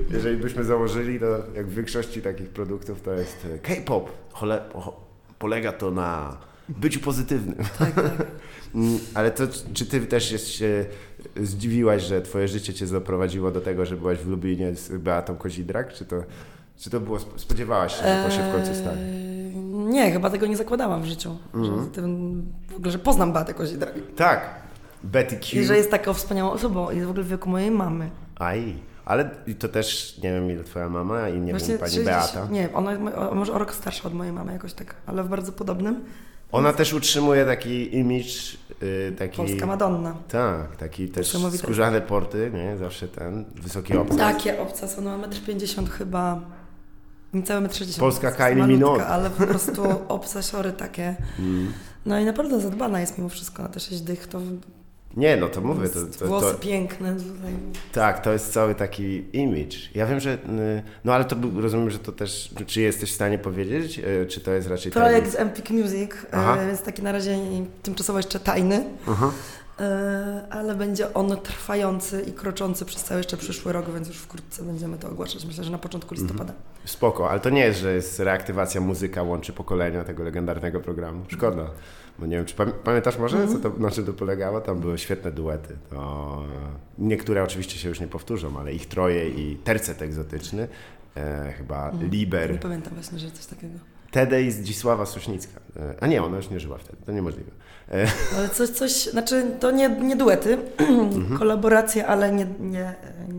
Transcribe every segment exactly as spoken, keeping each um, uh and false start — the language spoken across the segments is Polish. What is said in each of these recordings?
jeżeli byśmy założyli, to jak w większości takich produktów to jest K-pop. Chole, polega to na byciu pozytywnym. Tak, tak. Ale to, czy ty też jest, się zdziwiłaś, że twoje życie cię doprowadziło do tego, że byłaś w Lublinie z Beatą Kozidrak? Czy to, czy to było, spodziewałaś się, że to się w końcu stanie? Eee, nie, chyba tego nie zakładałam w życiu. Mm-hmm. Że tym, w ogóle, że poznam Beatę Kozidrak. Tak, Betty Q. I że jest taką wspaniałą osobą i w ogóle w wieku mojej mamy. Aj, ale to też, nie wiem ile twoja mama i nie Właśnie wiem, pani trzydzieści Beata. Nie, ona o, może o rok starsza od mojej mamy jakoś tak, ale w bardzo podobnym. Ona Więc... też utrzymuje taki image, yy, taki... Polska Madonna. Tak, taki też skórzane porty, nie? Zawsze ten, wysoki obcas. Takie obcas, ona ma metr pięćdziesiąt chyba, niecałe metr sześćdziesiąt. Polska Kylie Minogue. Ale po prostu obcasiory takie. Mm. No i naprawdę zadbana jest mimo wszystko na te sześć dych, to... Nie, no to mówię. To, to, włosy to, piękne. Tutaj. Tak, to jest cały taki image. Ja wiem, że... No ale to rozumiem, że to też... Czy jesteś w stanie powiedzieć? Czy to jest raczej... Projekt taki... z Empik Music, Aha. więc taki na razie tymczasowo jeszcze tajny. Aha. Ale będzie on trwający i kroczący przez cały jeszcze przyszły rok, więc już wkrótce będziemy to ogłaszać. Myślę, że na początku listopada. Spoko, ale to nie jest, że jest reaktywacja muzyka łączy pokolenia tego legendarnego programu. Szkoda. Bo nie wiem, czy pamiętasz może, mm-hmm. co to, na czym to polegało? Tam były świetne duety. To niektóre oczywiście się już nie powtórzą, ale ich troje i tercet egzotyczny, e, chyba mm. Liber. Nie pamiętam właśnie, że coś takiego. Tedej i Zdzisława Sośnicka. E, a nie, ona już nie żyła wtedy, to niemożliwe. E. Ale coś, coś, znaczy to nie, nie duety, mm-hmm. kolaboracje, ale nie... nie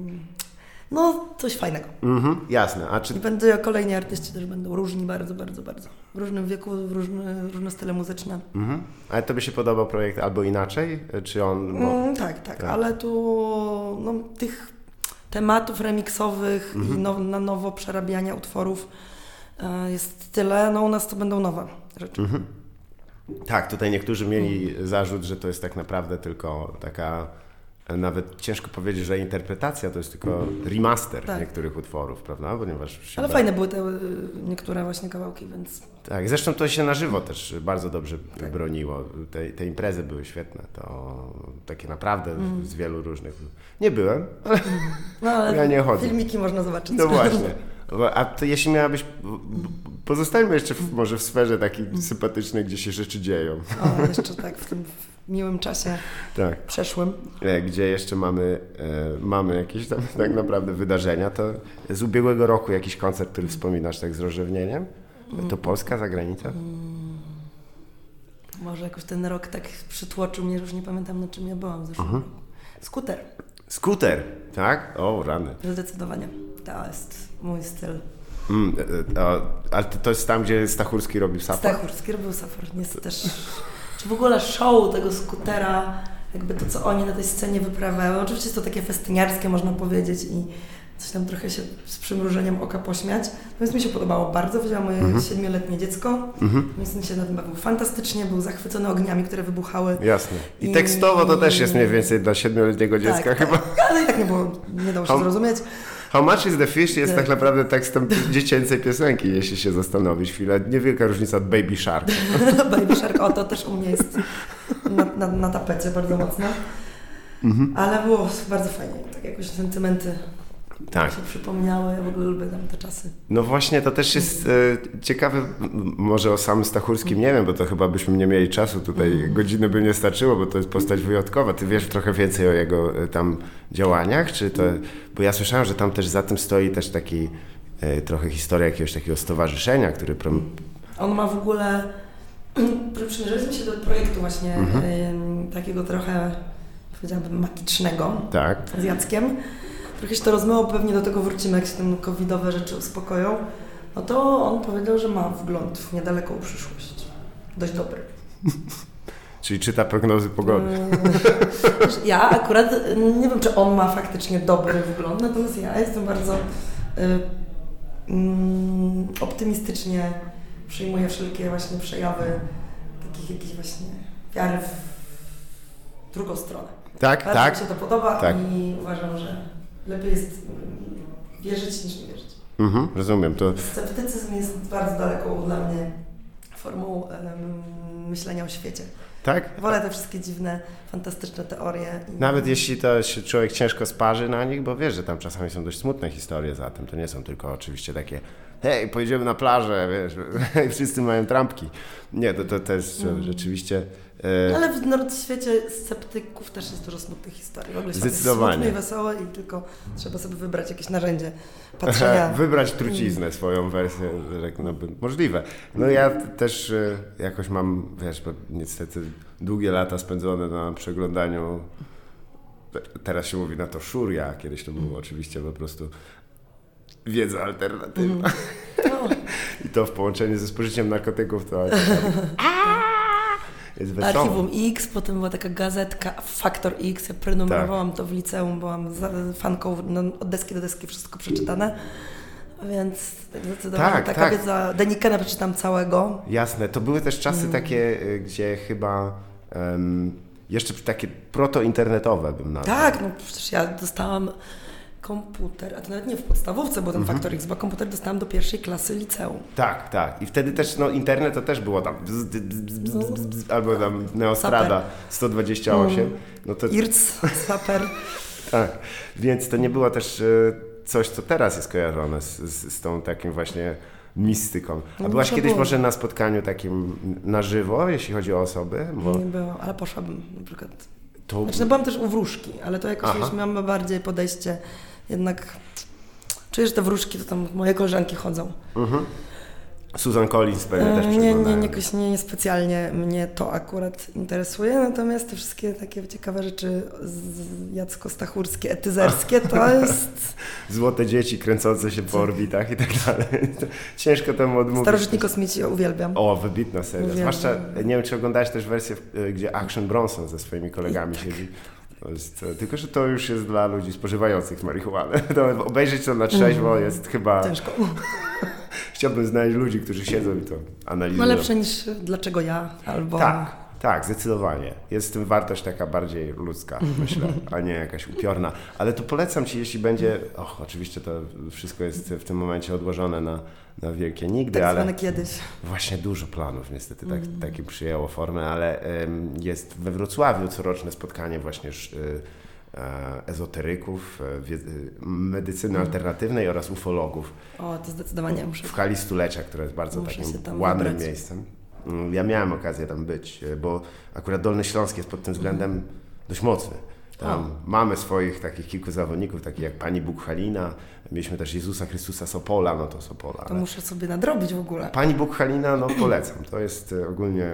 No, coś fajnego. Mhm, jasne. A czy... I będą kolejni artyści też będą różni bardzo, bardzo, bardzo. W różnym wieku, w różne, różne style muzyczne. Mhm. Ale to by się podobał projekt albo inaczej? Czy on... Bo... Mm, tak, tak, tak, ale tu no, tych tematów remiksowych mhm. i now, na nowo przerabiania utworów e, jest tyle. No u nas to będą nowe rzeczy. Mhm. Tak, tutaj niektórzy mieli mhm. zarzut, że to jest tak naprawdę tylko taka... Nawet ciężko powiedzieć, że interpretacja to jest tylko remaster tak. niektórych utworów, prawda? Ponieważ Ale ba... fajne były te niektóre właśnie kawałki, więc... Tak, zresztą to się na żywo też bardzo dobrze tak. broniło. Te, te imprezy były świetne, to takie naprawdę mm. z wielu różnych... Nie byłem, ale, no, ale ja nie chodzę. Filmiki można zobaczyć. No właśnie. A to jeśli miałabyś... Pozostańmy jeszcze w, może w sferze takiej sympatycznej, gdzie się rzeczy dzieją. O, jeszcze tak w tym miłym czasie tak. przeszłym. Gdzie jeszcze mamy, e, mamy jakieś tam tak naprawdę wydarzenia. To z ubiegłego roku jakiś koncert, który wspominasz tak z rozrzewnieniem? To Polska, zagranica? Hmm. Może jakoś ten rok tak przytłoczył mnie, że już nie pamiętam, na czym ja byłam w zeszłym uh-huh. roku. Skuter. Skuter, tak? O, rany. Zdecydowanie. To jest mój styl. Mm, ale to jest tam, gdzie Stachurski robił safor? Stachurski robił safor. Jest też... Czy w ogóle show tego skutera, jakby to, co oni na tej scenie wyprawiają. Oczywiście jest to takie festyniarskie, można powiedzieć, i coś tam trochę się z przymrużeniem oka pośmiać. Więc mi się podobało bardzo. Wzięłam moje mm-hmm. siedmioletnie dziecko. Mm-hmm. Więc się na tym bawił fantastycznie. Był zachwycony ogniami, które wybuchały. Jasne. I, I tekstowo to też jest mniej więcej dla siedmioletniego dziecka tak, chyba. Tak, ale i tak nie było, nie dało się How, zrozumieć. How much is the fish jest tak, tak naprawdę tekstem dziecięcej piosenki, jeśli się zastanowić chwilę. Niewielka różnica od Baby Shark. Baby Shark, o to też u mnie jest na, na, na tapecie bardzo mocno. Mhm. Ale było bardzo fajnie, tak jakoś sentymenty tak. się przypomniały, ja w ogóle lubię tam te czasy. No właśnie, to też jest e, ciekawe, może o samym Stachurskim nie wiem, bo to chyba byśmy nie mieli czasu tutaj, mm. godziny by nie starczyło, bo to jest postać wyjątkowa. Ty wiesz trochę więcej o jego e, tam działaniach, czy to, bo ja słyszałem, że tam też za tym stoi też taki e, trochę historia jakiegoś takiego stowarzyszenia, który... Prom... On ma w ogóle, przymierzyliśmy się do projektu właśnie mm-hmm. e, takiego trochę, powiedziałabym, magicznego tak. z Jackiem. Trochę się to rozmyło, pewnie do tego wrócimy, jak się tam covidowe rzeczy uspokoją. No to on powiedział, że ma wgląd w niedaleką przyszłość. Dość dobry. Czyli czyta prognozy pogody. Ja akurat nie wiem, czy on ma faktycznie dobry wgląd, natomiast ja jestem bardzo y, y, optymistycznie przyjmuję wszelkie właśnie przejawy takich jakichś właśnie wiary w drugą stronę. Tak, bardzo tak. mi się to podoba tak. i uważam, że lepiej jest wierzyć niż nie wierzyć. Mhm, rozumiem. To... Sceptycyzm jest bardzo daleką dla mnie formą um, myślenia o świecie. Tak? Wolę te wszystkie dziwne, fantastyczne teorie. I... Nawet jeśli to się człowiek ciężko sparzy na nich, bo wiesz, że tam czasami są dość smutne historie za tym. To nie są tylko oczywiście takie hej, pojedziemy na plażę, wiesz, wszyscy mają trampki. Nie, to, to, to jest mm. rzeczywiście... E... Ale w narodowym świecie sceptyków też jest dużo smutnych historii. W ogóle świat jest smutny i wesoły i tylko trzeba sobie wybrać jakieś narzędzie patrzenia. Wybrać truciznę, swoją wersję, że no, możliwe. No ja też e, jakoś mam, wiesz, bo niestety długie lata spędzone na przeglądaniu, teraz się mówi na to szuria, kiedyś to było mm. oczywiście po prostu wiedza alternatywna. Mm. I to w połączeniu ze spożyciem narkotyków to jest wesoło. Archiwum X, potem była taka gazetka Faktor X, ja prenumerowałam tak. to w liceum, byłam fanką, no, od deski do deski wszystko przeczytane. Więc zdecydowanie tak, taka tak. wiedza, Denikena przeczytam całego. Jasne, to były też czasy mm. takie, gdzie chyba um, jeszcze takie proto-internetowe bym nazwał. Tak, no przecież ja dostałam komputer, a to nawet nie w podstawówce, bo ten mm-hmm. Faktor X, bo komputer dostałam do pierwszej klasy liceum. Tak, tak. I wtedy też, no internet to też było tam bzz, bzz, bzz, bzz, bzz, bzz, albo tam Neostrada sto dwadzieścia osiem. Mm. No to... I R C, Saper. Tak, więc to nie było też coś, co teraz jest kojarzone z, z, z tą takim właśnie mistyką. A no byłaś kiedyś było. może na spotkaniu takim na żywo, jeśli chodzi o osoby? Bo... Nie było, ale poszłabym na przykład. To... Znaczy, no byłam też u wróżki, ale to jakoś już miałam bardziej podejście, jednak czuję, że te wróżki to tam moje koleżanki chodzą. Mhm. Susan Collins pewnie też Nie, nie, nie, jakoś nie, nie specjalnie mnie to akurat interesuje, natomiast te wszystkie takie ciekawe rzeczy jacko-stachurskie, etyzerskie to jest... Złote dzieci kręcące się po orbitach i tak dalej. Ciężko temu odmówić. Starożytni kosmici uwielbiam. O, wybitna seria. Uwielbiam. Zwłaszcza, nie wiem czy oglądałeś też wersję, gdzie Action Bronson ze swoimi kolegami tak. siedzi. To jest, tylko, że to już jest dla ludzi spożywających marihuanę. To obejrzeć to na trzeźwo mm. jest chyba... Ciężko. Chciałbym znaleźć ludzi, którzy siedzą i to analizują. No lepsze niż dlaczego ja, albo... Tak, tak, zdecydowanie. Jest w tym wartość taka bardziej ludzka, myślę, a nie jakaś upiorna. Ale to polecam Ci, jeśli będzie... Och, oczywiście to wszystko jest w tym momencie odłożone na, na wielkie nigdy, tak ale... zwane kiedyś. Właśnie dużo planów niestety tak, mm. takim przyjęło formę, ale ym, jest we Wrocławiu coroczne spotkanie właśnie już, y, ezoteryków, medycyny mm. alternatywnej oraz ufologów. O, to zdecydowanie muszę. W hali stulecia, które jest bardzo muszę takim ładnym wybrać. miejscem. Ja miałem okazję tam być, bo akurat Dolny Śląsk jest pod tym względem mm. dość mocny. Tam o. mamy swoich takich kilku zawodników, takich jak pani Bóg Halina, mieliśmy też Jezusa Chrystusa Sopola, no to Sopola. To ale... muszę sobie nadrobić w ogóle. Pani Bóg Halina, no polecam, to jest ogólnie...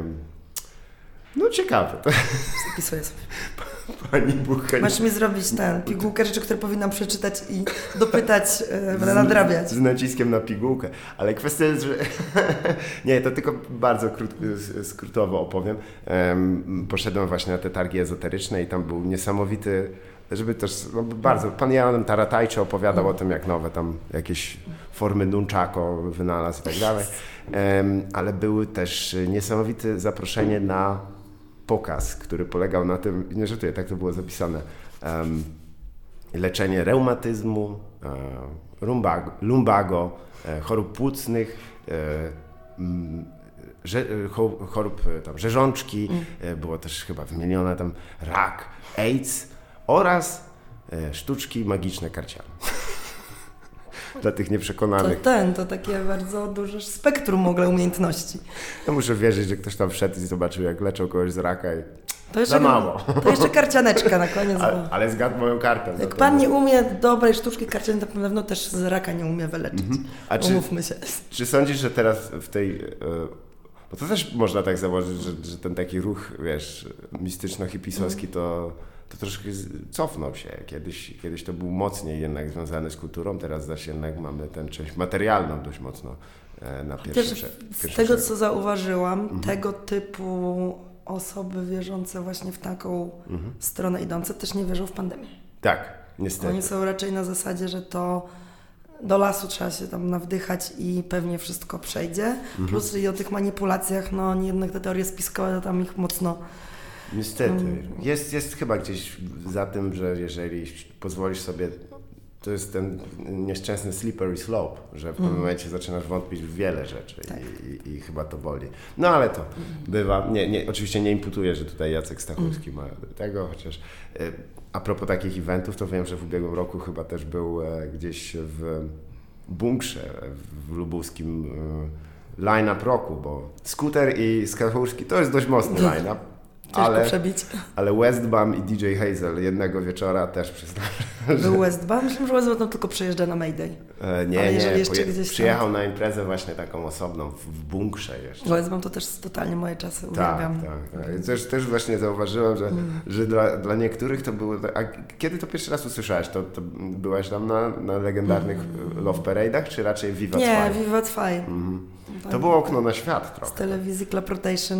No ciekawe. To... Zapisuję sobie. Pani Bucha. Masz mi zrobić ten, pigułkę rzeczy, które powinnam przeczytać i dopytać, będę nadrabiać. Z naciskiem na pigułkę. Ale kwestia jest, że... Nie, to tylko bardzo krót, skrótowo opowiem. Um, poszedłem właśnie na te targi ezoteryczne i tam był niesamowity, żeby też, no bardzo, pan Jan Taratajczy opowiadał mm. o tym, jak nowe tam jakieś formy nunchako wynalazł i tak dalej. Um, ale były też niesamowite zaproszenie na pokaz, który polegał na tym, nie żartuję, tak to było zapisane, um, leczenie reumatyzmu, e, lumbago, lumbago e, chorób płucnych, e, m, że, chorób tam, rzeżączki, mm. e, było też chyba wymienione tam rak, AIDS oraz e, sztuczki magiczne karciane. Dla tych nieprzekonanych. To ten, to takie bardzo duże spektrum w ogóle umiejętności. Ja muszę wierzyć, że ktoś tam wszedł i zobaczył, jak leczą kogoś z raka i to jeszcze, za mało. To jeszcze karcianeczka na koniec. Ale, ale zgadł moją kartę. Jak pan nie umie dobrej sztuczki karciane, to na pewno też z raka nie umie wyleczyć. Mhm. A czy, Umówmy się. Czy sądzisz, że teraz w tej... Bo to też można tak założyć, że, że ten taki ruch, wiesz, mistyczno-hipisowski to... to troszkę cofnął się. Kiedyś, kiedyś to był mocniej jednak związany z kulturą, teraz zaś jednak mamy tę część materialną dość mocno na pierwszy Z tego, szereg. co zauważyłam, mhm. tego typu osoby wierzące właśnie w taką mhm. stronę idące też nie wierzą w pandemię. Tak, niestety. Oni są raczej na zasadzie, że to do lasu trzeba się tam nawdychać i pewnie wszystko przejdzie. Mhm. Plus i o tych manipulacjach, no oni jednak te teorie spiskowe to tam ich mocno... Niestety. Jest, jest chyba gdzieś za tym, że jeżeli pozwolisz sobie to jest ten nieszczęsny slippery slope, że w pewnym mm. momencie zaczynasz wątpić w wiele rzeczy tak. i, i, i chyba to boli. No ale to mm. bywa, nie, nie, oczywiście nie imputuję, że tutaj Jacek Stachurski mm. ma tego, chociaż y, a propos takich eventów, to wiem, że w ubiegłym roku chyba też był e, gdzieś w bunkrze w lubuskim e, line-up roku, bo Scooter i Stachurski to jest dość mocny line-up. Ale, przebić. ale Westbam i D J Hazel jednego wieczora też przyznam. Był Westbam? Myślę, że Westbam tam tylko przyjeżdża na Mayday. E, nie, ale nie, jeszcze poje- gdzieś przyjechał tam... na imprezę właśnie taką osobną, w, w bunkrze jeszcze. Westbam to też totalnie moje czasy, uwielbiam. Tak, tak, tak. Też, też właśnie zauważyłem, że, mm. że dla, dla niektórych to było... A kiedy to pierwszy raz usłyszałeś? To, to byłaś tam na, na legendarnych mm. Love Parade'ach, czy raczej Viva Nie, Zwei? Viva Zwei. Mm. To było okno na świat trochę. Z telewizji Club Rotation.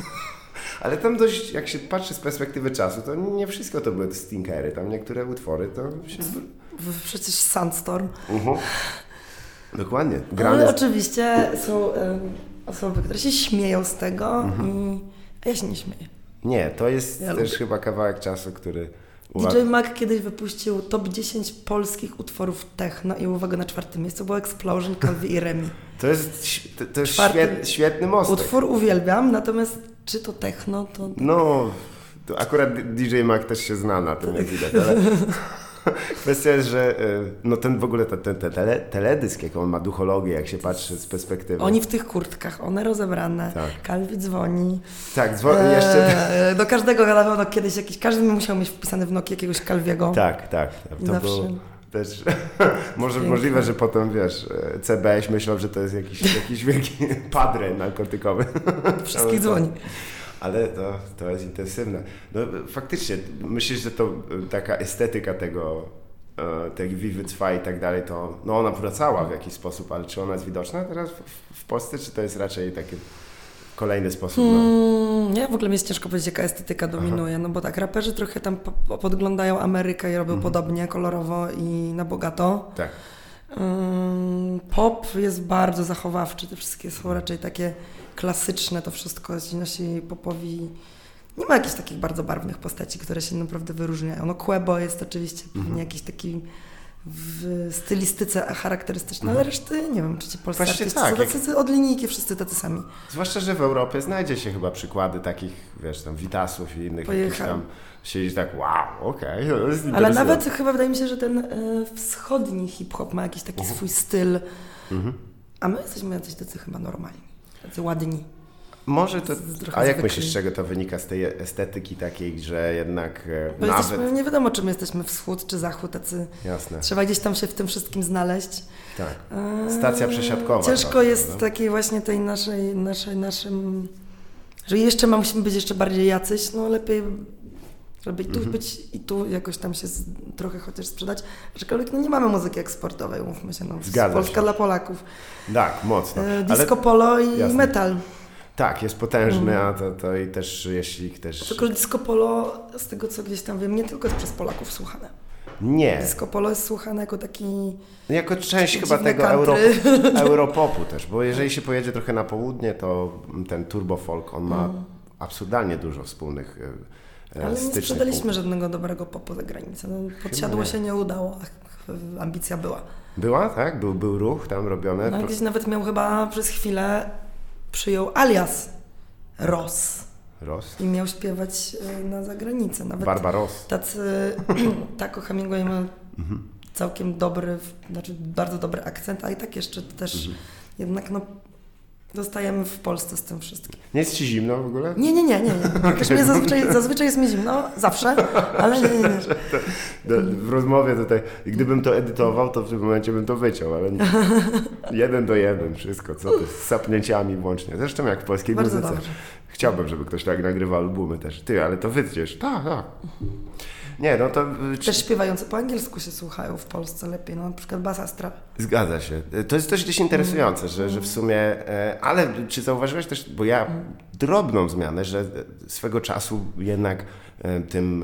Ale tam dość, jak się patrzy z perspektywy czasu, to nie wszystko to były stinkery. Tam niektóre utwory to się... Przecież Sandstorm. Uh-huh. Dokładnie. Grane... Ale oczywiście są um, osoby, które się śmieją z tego, uh-huh. i... a ja się nie śmieję. Nie, to jest ja też lubię. Chyba kawałek czasu, który... Uwaga... D J Mag kiedyś wypuścił top dziesięć polskich utworów techno i uwaga, na czwartym miejscu było Explosion, Calvi i Remi. To jest, to, to jest świetny, świetny mostek. Utwór uwielbiam, natomiast czy to techno, to... No, to akurat D J Mag też się zna na tym, jak widać, ale kwestia jest, że no ten w ogóle ten, ten, ten tele, teledysk, jaką on ma duchologię, jak się patrzy z perspektywy. Oni w tych kurtkach, one rozebrane, tak. Calvi dzwoni. Tak, dzwoni jeszcze. E, do każdego na pewno kiedyś jakiś, każdy musiał mieć wpisany w Nokia jakiegoś Calviego. Tak, tak. To zawsze. Był też, może możliwe, że potem, wiesz, C B S myślał, że to jest jakiś, jakiś wielki padre narkotykowy. Wszystkich dzwoni. Ale to, to jest intensywne. No faktycznie, myślisz, że to taka estetyka tego, tej Vivy Zwei i tak dalej, to no ona wracała w jakiś sposób, ale czy ona jest widoczna teraz w, w Polsce, czy to jest raczej taki kolejny sposób? No? Hmm, nie, w ogóle mi jest ciężko powiedzieć, jaka estetyka dominuje, Aha. no bo tak, raperzy trochę tam po, podglądają Amerykę i robią mhm. podobnie, kolorowo i na bogato. Tak. Um, pop jest bardzo zachowawczy, te wszystkie są raczej takie klasyczne, to wszystko ci nasi popowi. Nie ma jakichś takich bardzo barwnych postaci, które się naprawdę wyróżniają. No Quebo jest oczywiście mm-hmm. pewnie jakiś taki w stylistyce charakterystyczny, mm-hmm. ale reszty nie wiem, czy ci polscy artyści tak, są tacy jak... od linijki wszyscy tacy sami. Zwłaszcza, że w Europie znajdzie się chyba przykłady takich, wiesz, tam Witasów i innych jakichś tam siedzieć tak, wow, okej. Okay, ale nawet chyba wydaje mi się, że ten y, wschodni hip-hop ma jakiś taki uh-huh. swój styl, mm-hmm. a my jesteśmy jacyś tacy chyba normalni, tacy ładni. Może to, a jak myślisz, z czego to wynika z tej estetyki takiej, że jednak Bo nawet... Jesteśmy, nie wiadomo, czy my jesteśmy wschód czy zachód, tacy... Jasne. Trzeba gdzieś tam się w tym wszystkim znaleźć. Tak, stacja przesiadkowa. Ciężko trochę, jest no? takiej właśnie tej naszej, naszej, naszym... Że jeszcze ma, musimy być jeszcze bardziej jacyś, no lepiej, żeby i tu mhm. być i tu jakoś tam się z, trochę chociaż sprzedać. Aczkolwiek no nie mamy muzyki eksportowej, umówmy się, no. Zgadza Polska się. dla Polaków. Tak, mocno. E, disco Ale... polo i Jasne. metal. Tak, jest potężny, mm. a to, to i też jeśli też... Tylko disco polo, z tego co gdzieś tam wiem, nie tylko jest przez Polaków słuchane. Nie. Disco polo jest słuchane jako taki... Jako część chyba tego euro, europopu też, bo jeżeli się pojedzie trochę na południe, to ten turbo folk, on ma mm. absurdalnie dużo wspólnych e, Ale stycznych nie sprzedaliśmy punktów. żadnego dobrego popu za granicę. No, podsiadło nie. się nie udało, a ambicja była. Była, tak? Był, był ruch tam robiony. No, gdzieś nawet miał chyba przez chwilę przyjął alias Ross. Ross? I miał śpiewać na zagranicę. Nawet Barbaros. Tacy, Taco Hemingway ma mhm. całkiem dobry, znaczy bardzo dobry akcent, a i tak jeszcze też mhm. jednak no dostajemy w Polsce z tym wszystkim. Nie jest ci zimno w ogóle? Nie, nie, nie, nie. nie. Też mnie zazwyczaj, zazwyczaj jest mi zimno, zawsze, ale nie, nie, nie. W rozmowie tutaj, gdybym to edytował, to w tym momencie bym to wyciął, ale nie. Jeden do jeden, wszystko, co ty, z sapnięciami włącznie. Zresztą jak w polskiej Bardzo muzyce. Dobrze. Chciałbym, żeby ktoś tak nagrywał albumy też. Ty, ale to wytniesz. Tak, tak. Nie, no to... Też śpiewający po angielsku się słuchają w Polsce lepiej, no na przykład Bass Astral. Zgadza się. To jest też gdzieś interesujące, mm. że, że w sumie... Ale czy zauważyłeś też, bo ja mm. drobną zmianę, że swego czasu jednak tym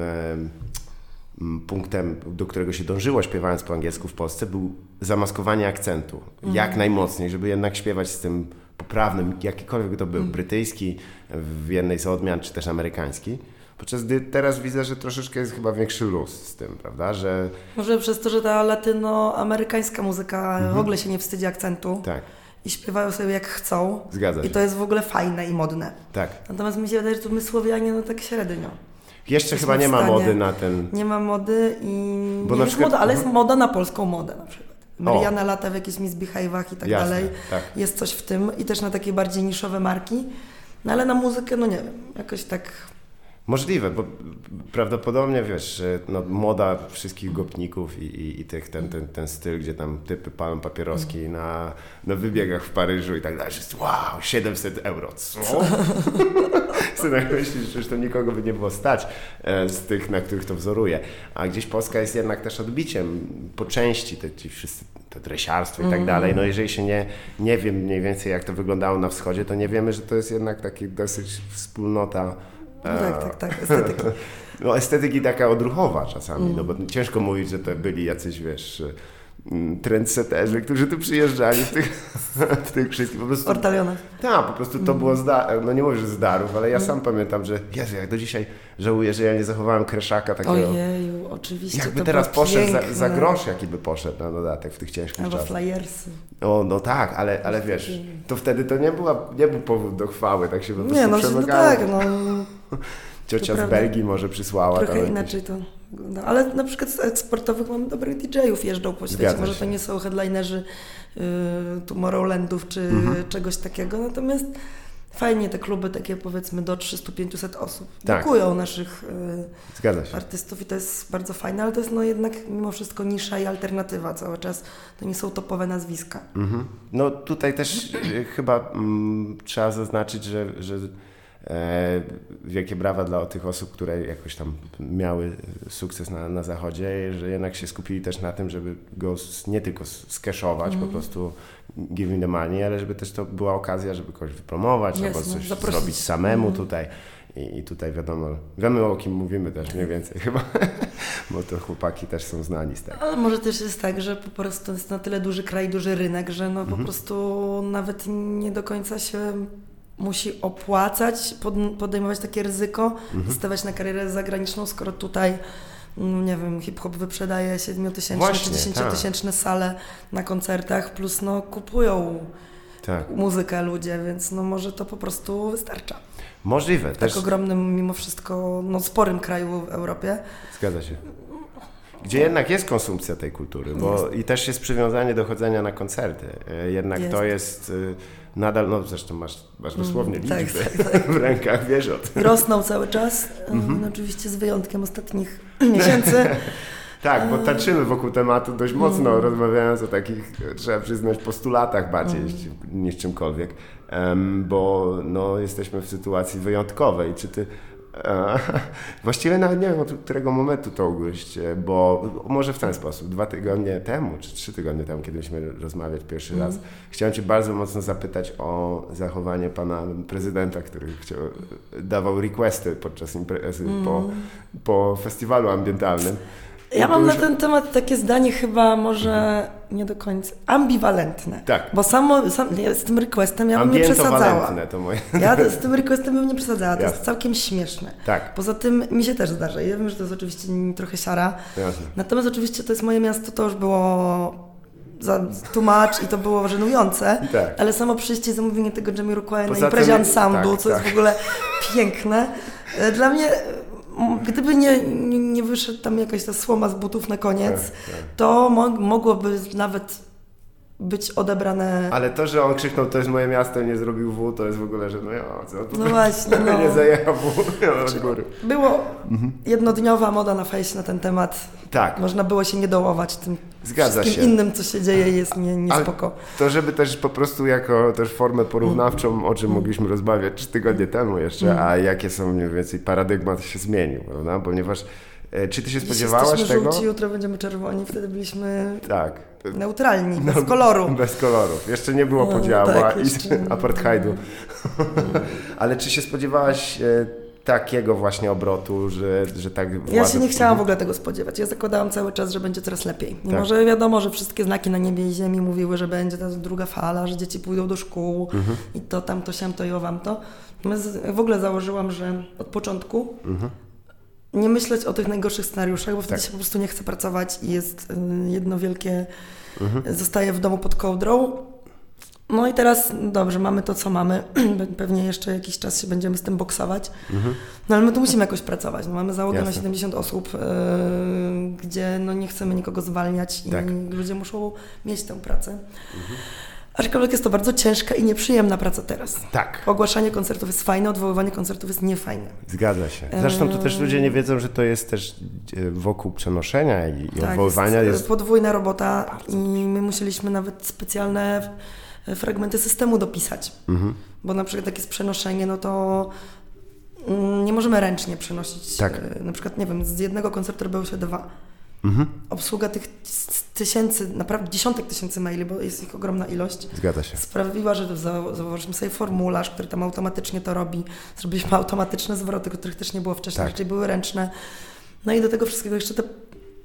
punktem, do którego się dążyło śpiewając po angielsku w Polsce, był zamaskowanie akcentu. Mm. Jak najmocniej, żeby jednak śpiewać z tym poprawnym, jakikolwiek to był, mm. brytyjski w jednej z odmian, czy też amerykański. Podczas gdy teraz widzę, że troszeczkę jest chyba większy luz z tym, prawda, że... Może przez to, że ta latynoamerykańska muzyka mhm. w ogóle się nie wstydzi akcentu. Tak. I śpiewają sobie jak chcą. Zgadza się. I to jest w ogóle fajne i modne. Tak. Natomiast mi się wydaje, że tu my Słowianie, no tak średnio. Jeszcze chyba nie ma mody na ten... Nie ma mody i... Bo nie na jest przykład... moda, ale jest moda na polską modę na przykład. Mariana O. lata w jakichś misbehave'ach i tak Jasne, dalej. tak. Jest coś w tym i też na takie bardziej niszowe marki. No ale na muzykę, no nie wiem, jakoś tak... Możliwe, bo prawdopodobnie wiesz, że no, moda wszystkich gopników i, i, i tych, ten, ten, ten styl, gdzie tam typy palą papieroski mm. na, na wybiegach w Paryżu i tak dalej, że jest wow, siedemset euro, co? Sobie tak myślisz, że to nikogo by nie było stać e, z tych, na których to wzoruje. A gdzieś Polska jest jednak też odbiciem po części, te, ci wszyscy, to dresiarstwo i tak dalej. No jeżeli się nie, nie wiem mniej więcej jak to wyglądało na wschodzie, to nie wiemy, że to jest jednak taki dosyć wspólnota. No tak, tak, tak, estetyki. No estetyki taka odruchowa czasami, mm. no bo ciężko mówić, że to byli jacyś, wiesz, trendsetterzy, którzy tu przyjeżdżali w tych, w tych wszystkich, po prostu... Ortalionach. Tak, po prostu to mm. było, zda, no nie mówię, że z darów, ale ja mm. sam pamiętam, że Jezu, jak do dzisiaj żałuję, że ja nie zachowałem kreszaka takiego... Ojeju, oczywiście, jakby to teraz poszedł za, piękne. za grosz, jaki by poszedł na dodatek w tych ciężkich Albo czasach. Albo flyersy. O, no tak, ale, ale wiesz, to wtedy to nie, była, nie był powód do chwały, tak się po prostu nie, no, przemagało. No tak, no... Ciocia to z Belgii może przysłała. Trochę tam inaczej jakieś... to wygląda. Ale na przykład z eksportowych mamy dobrych didżejów, jeżdżą po świecie. Zgadza Może się. to nie są headlinerzy y, Tomorrowlandów czy mhm. czegoś takiego, natomiast fajnie te kluby takie powiedzmy do trzysta pięćset osób tak. blokują naszych y, Zgadza się. artystów i to jest bardzo fajne, ale to jest no jednak mimo wszystko nisza i alternatywa cały czas. To nie są topowe nazwiska. Mhm. No tutaj też y, chyba mm, trzeba zaznaczyć, że, że E, wielkie brawa dla tych osób, które jakoś tam miały sukces na, na zachodzie, że jednak się skupili też na tym, żeby go nie tylko skeszować, mm. po prostu give me the money, ale żeby też to była okazja, żeby kogoś wypromować, yes, albo coś no, zrobić samemu mm. tutaj. I, I tutaj wiadomo, wiemy o kim mówimy też mniej więcej chyba, bo to chłopaki też są znani z tego. Ale może też jest tak, że po prostu jest na tyle duży kraj, duży rynek, że no mm-hmm. po prostu nawet nie do końca się musi opłacać, podejmować takie ryzyko, mhm. stawiać na karierę zagraniczną, skoro tutaj, nie wiem, hip-hop wyprzedaje siedmiotysięczne czy dziesięciotysięczne sale na koncertach, plus no kupują tak. muzykę ludzie, więc no może to po prostu wystarcza. Możliwe. W tak też... ogromnym, mimo wszystko, no sporym kraju w Europie. Zgadza się. Gdzie jednak jest konsumpcja tej kultury, bo jest. I też jest przywiązanie do chodzenia na koncerty. Jednak jest. To jest nadal, no zresztą masz, masz dosłownie mm, liczby tak, tak. w rękach, wiesz o tym. Rosną cały czas, mm-hmm. no, oczywiście z wyjątkiem ostatnich miesięcy. Tak, bo taczymy wokół tematu dość mocno, mm. rozmawiając o takich, trzeba przyznać, postulatach bardziej mm. niż czymkolwiek, um, bo no, jesteśmy w sytuacji wyjątkowej. Czy ty E, właściwie nawet nie wiem, od którego momentu to ugryźć, bo może w ten sposób, dwa tygodnie temu, czy trzy tygodnie temu, kiedy myśmy rozmawiać pierwszy mm. raz, chciałem Cię bardzo mocno zapytać o zachowanie pana prezydenta, który chciał, dawał requesty podczas imprezy mm. po, po festiwalu ambientalnym. Ja mam na ten temat takie zdanie chyba może nie do końca ambiwalentne. Tak. Bo samo, sam, ja z tym requestem ja bym nie przesadzała. To moje. Ja z tym requestem bym nie przesadzała. To Jasne. jest całkiem śmieszne. Tak. Poza tym mi się też zdarza. Ja wiem, że to jest oczywiście trochę siara. Jasne. Natomiast oczywiście to jest moje miasto, to już było za tłumacz i to było żenujące. Tak. Ale samo przyjście i zamówienie tego Jamiroquai na imprezie ansamblu, tak, co tak. jest w ogóle piękne. Dla mnie... Gdyby nie, nie, nie wyszedł tam jakaś ta słoma z butów na koniec, tak, tak. to mo- mogłoby nawet być odebrane... Ale to, że on krzyknął, to jest moje miasto, nie zrobił W, to jest w ogóle, że no ja, co? No właśnie, no. nie zajechał W od góry. Było mhm. jednodniowa moda na fejsie na ten temat. Tak. Można było się nie dołować tym Zgadza wszystkim się. innym, co się dzieje, jest nie, niespoko. Ale to, żeby też po prostu jako też formę porównawczą, mm. o czym mm. mogliśmy rozmawiać trzy tygodnie temu jeszcze, mm. a jakie są mniej więcej, paradygmat się zmienił, prawda? Ponieważ e, czy ty się spodziewałaś Jesteśmy tego? Żółci, jutro będziemy czerwoni, wtedy byliśmy tak. neutralni, bez no, koloru. Bez kolorów. Jeszcze nie było podziału no, tak, i jeszcze... apartheidu. Ale czy się spodziewałaś e, takiego właśnie obrotu, że, że tak... Władze... Ja się nie chciałam w ogóle tego spodziewać. Ja zakładałam cały czas, że będzie coraz lepiej. Mimo, tak. że wiadomo, że wszystkie znaki na niebie i ziemi mówiły, że będzie ta druga fala, że dzieci pójdą do szkół mhm. i to, tamto, siamto i owamto. Natomiast w ogóle założyłam, że od początku, mhm. nie myśleć o tych najgorszych scenariuszach, bo wtedy Tak. się po prostu nie chce pracować i jest y, jedno wielkie, Mhm. zostaje w domu pod kołdrą. No i teraz, dobrze, mamy to, co mamy. Pewnie jeszcze jakiś czas się będziemy z tym boksować. Mhm. No ale my tu musimy jakoś pracować. No, mamy załogę Jasne. na siedemdziesiąt osób, yy, gdzie no, nie chcemy nikogo zwalniać Tak. i ludzie muszą mieć tę pracę. Mhm. Aczkolwiek jest to bardzo ciężka i nieprzyjemna praca teraz. Tak. Ogłaszanie koncertów jest fajne, odwoływanie koncertów jest niefajne. Zgadza się. Zresztą tu też ludzie nie wiedzą, że to jest też e, wokół przenoszenia i, i Tak, odwoływania jest, jest... podwójna robota i my musieliśmy nawet specjalne f- fragmenty systemu dopisać. Mhm. Bo na przykład jak jest przenoszenie, no to mm, nie możemy ręcznie przenosić. Tak. e, Na przykład, nie wiem, z jednego koncertu robiło się dwa. Mhm. Obsługa tych tysięcy, naprawdę dziesiątek tysięcy maili, bo jest ich ogromna ilość, Zgadza się. sprawiła, że za- założyliśmy sobie formularz, który tam automatycznie to robi. Zrobiliśmy automatyczne zwroty, których też nie było wcześniej, Tak. raczej były ręczne. No i do tego wszystkiego jeszcze te,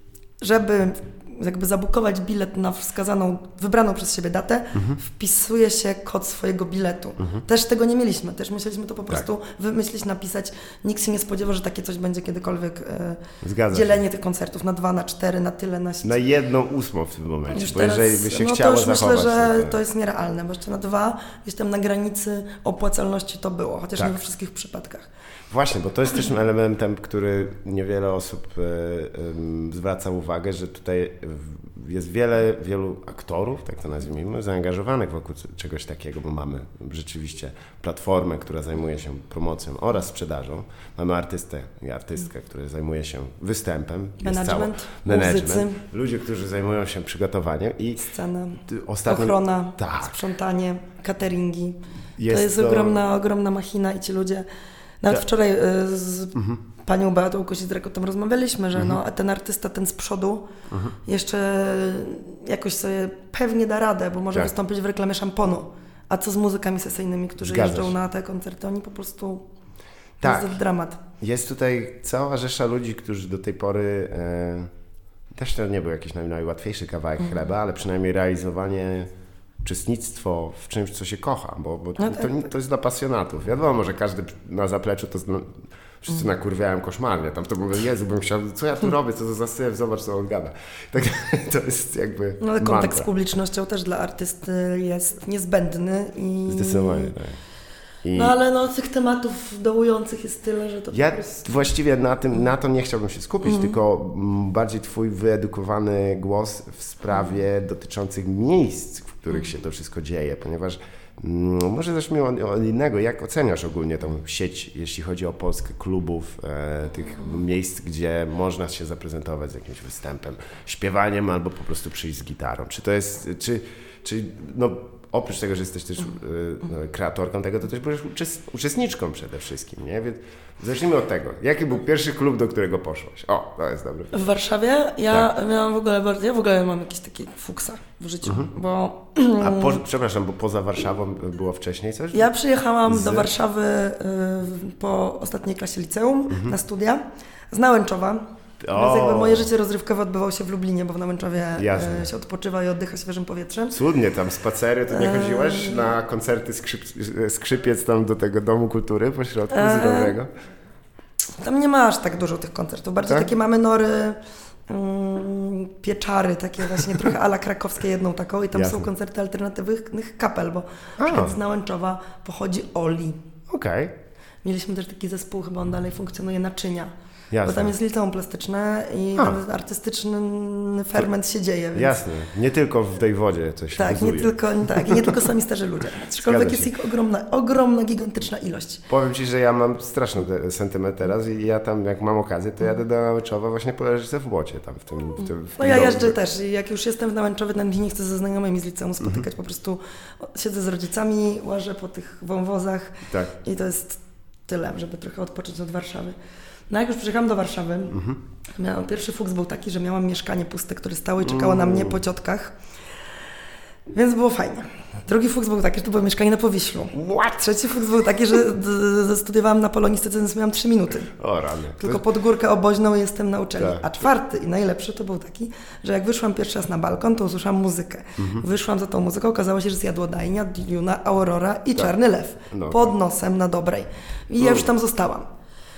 żeby jakby zabukować bilet na wskazaną, wybraną przez siebie datę, Mhm. wpisuje się kod swojego biletu. Mhm. Też tego nie mieliśmy, też musieliśmy to po Tak. prostu wymyślić, napisać. Nikt się nie spodziewał, że takie coś będzie kiedykolwiek e, Zgadza się. dzielenie tych koncertów na dwa, na cztery, na tyle, na Na jedną ósmą w tym momencie, już bo teraz, jeżeli by się no chciało to już zachować... myślę, że to- to jest nierealne, bo jeszcze na dwa, gdzieś tam na granicy opłacalności to było, chociaż Tak. nie we wszystkich przypadkach. Właśnie, bo to jest też elementem, który niewiele osób e, em, zwraca uwagę, że tutaj w- jest wiele, wielu aktorów, tak to nazwijmy, zaangażowanych wokół c- czegoś takiego, bo mamy rzeczywiście platformę, która zajmuje się promocją oraz sprzedażą. Mamy artystę i artystkę, która zajmuje się występem. Jest Management, cała- muzycy. management, ludzie, którzy zajmują się przygotowaniem i Scena, ty- ostatnio... ochrona, Tak. sprzątanie, cateringi. Jest to jest to- ogromna, ogromna machina i ci ludzie... Nawet Ta- wczoraj y, z Mhm. panią Beatą Kozizdrek o tym rozmawialiśmy, że Mhm. no, ten artysta, ten z przodu Mhm. jeszcze jakoś sobie pewnie da radę, bo może Tak. wystąpić w reklamie szamponu. A co z muzykami sesyjnymi, którzy Zgadza jeżdżą się. na te koncerty? Oni po prostu... Tak. To jest dramat. Jest tutaj cała rzesza ludzi, którzy do tej pory, e, też to nie był jakiś naj, najłatwiejszy kawałek Mhm. chleba, ale przynajmniej realizowanie, uczestnictwo w czymś, co się kocha, bo, bo No to, tak, to, tak. to jest dla pasjonatów. Wiadomo, że każdy na zapleczu to zna, wszyscy Mhm. nakurwiają koszmarnie. Tam to mówię, Jezu, bym chciał, co ja tu robię, co to za syf, zobacz, co on gada. Tak, to jest jakby No ale kontakt z mantra. publicznością też dla artysty jest niezbędny i... Zdecydowanie, tak. I... No ale no tych tematów dołujących jest tyle, że to Ja po prostu... właściwie na tym, na to nie chciałbym się skupić, Mhm. tylko mm, bardziej twój wyedukowany głos w sprawie dotyczących miejsc, w których się to wszystko dzieje, ponieważ mm, może zacznijmy od, od innego. Jak oceniasz ogólnie tą sieć, jeśli chodzi o Polskę klubów, e, tych miejsc, gdzie można się zaprezentować z jakimś występem, śpiewaniem albo po prostu przyjść z gitarą? Czy to jest, czy, czy no oprócz tego, że jesteś też y, no, kreatorką tego, to też byłeś uczest, uczestniczką przede wszystkim, nie? Więc zacznijmy od tego. Jaki był pierwszy klub, do którego poszłaś? O, to jest dobre. W Warszawie ja Tak. miałam w ogóle bardzo, ja w ogóle mam jakiś taki fuksa w życiu, Mhm. bo A po, przepraszam, bo poza Warszawą było wcześniej coś? ja przyjechałam Z- do Warszawy y, po ostatniej klasie liceum Mhm. na studia z Nałęczowa. O! Więc jakby moje życie rozrywkowe odbywało się w Lublinie, bo w Nałęczowie Jasne. y, się odpoczywa i oddycha świeżym powietrzem. Cudnie, tam spacery, to nie Eee. chodziłaś na koncerty skrzyp, skrzypiec tam do tego Domu Kultury po środku Eee. zielonego? Tam nie ma aż tak dużo tych koncertów, bardziej Tak? takie mamy nory, mm, pieczary, takie właśnie trochę ala krakowskie jedną taką i tam Jasne. są koncerty alternatywnych kapel, bo A. na przykład z Nałęczowa pochodzi Oli. Okej, Mieliśmy też taki zespół, chyba on dalej funkcjonuje, Naczynia. jasne. Bo tam jest liceum plastyczne i A. tam artystyczny ferment się dzieje. Więc... Jasne, nie tylko w tej wodzie coś Tak, nie buzuje. tylko, tak, i nie tylko sami starzy ludzie. Aczkolwiek Zgadza jest się. ich ogromna, ogromna, gigantyczna ilość. Powiem Ci, że ja mam straszny te- sentyment teraz i ja tam, jak mam okazję, to jadę do Nałęczowa właśnie poleżeć sobie w błocie tam w tym, w tym, w No tym ja domu. jeżdżę też i jak już jestem w Nałęczowie, to nie chcę ze znajomymi z liceum Mhm. spotykać, po prostu siedzę z rodzicami, łażę po tych wąwozach Tak. i to jest tyle, żeby trochę odpocząć od Warszawy. No jak już przyjechałam do Warszawy, Mhm. miałam, pierwszy fuks był taki, że miałam mieszkanie puste, które stało i czekało na mnie po ciotkach, więc było fajnie. Drugi fuks był taki, że to było mieszkanie na Powiślu. What? Trzeci fuks był taki, że d- d- studiowałam na polonistyce, więc miałam trzy minuty. O rany. Tylko To- pod górkę oboźną jestem na uczelni. Tak. A czwarty i najlepszy to był taki, że jak wyszłam pierwszy raz na balkon, to usłyszałam muzykę. Mhm. Wyszłam za tą muzyką, okazało się, że zjadłodajnia, Duna, Aurora i Czarny Lew. No. Pod nosem na dobrej. I ja już tam zostałam.